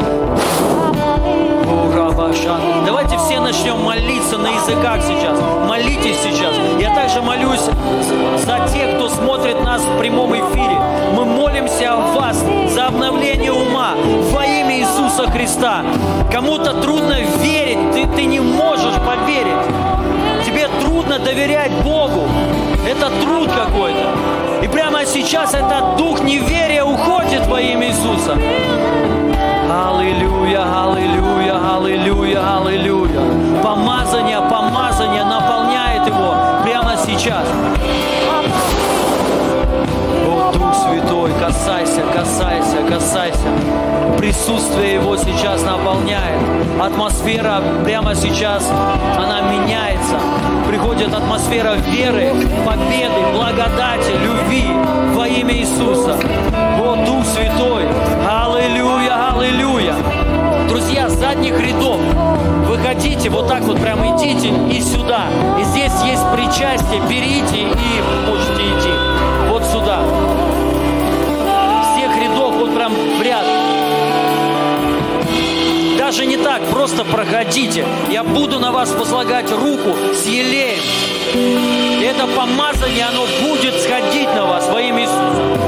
Давайте все начнем молиться на языках сейчас. Молитесь сейчас. Я также молюсь за тех, кто смотрит нас в прямом эфире. Мы молимся о вас за обновление ума во имя Иисуса Христа. Кому-то трудно верить, ты, ты не можешь поверить. Тебе трудно доверять Богу. Это труд какой-то. И прямо сейчас этот дух неверия уходит во имя Иисуса. Аллилуйя, аллилуйя, аллилуйя, аллилуйя. Помазание, помазание наполняет его прямо сейчас. О, Дух Святой, касайся, касайся, касайся. Присутствие Его сейчас наполняет. Атмосфера прямо сейчас, она меняется. Приходит атмосфера веры, победы, благодати, любви во имя Иисуса. О, Дух Святой, аллилуйя, аллилуйя. Друзья, с задних рядов выходите, вот так вот прямо идите и сюда. И здесь есть причастие, берите и можете идти. Вот сюда. С тех рядов вот прям в ряд. Даже не так, просто проходите. Я буду на вас возлагать руку с елеем. И это помазание, оно будет сходить на вас во имя Иисуса.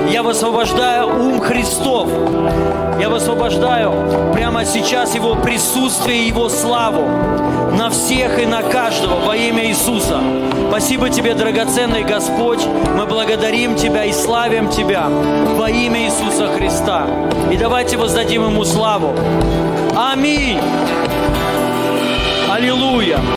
Я высвобождаю ум Христов. Я высвобождаю прямо сейчас Его присутствие и Его славу на всех и на каждого во имя Иисуса. Спасибо Тебе, драгоценный Господь. Мы благодарим Тебя и славим Тебя во имя Иисуса Христа. И давайте воздадим Ему славу. Аминь. Аллилуйя.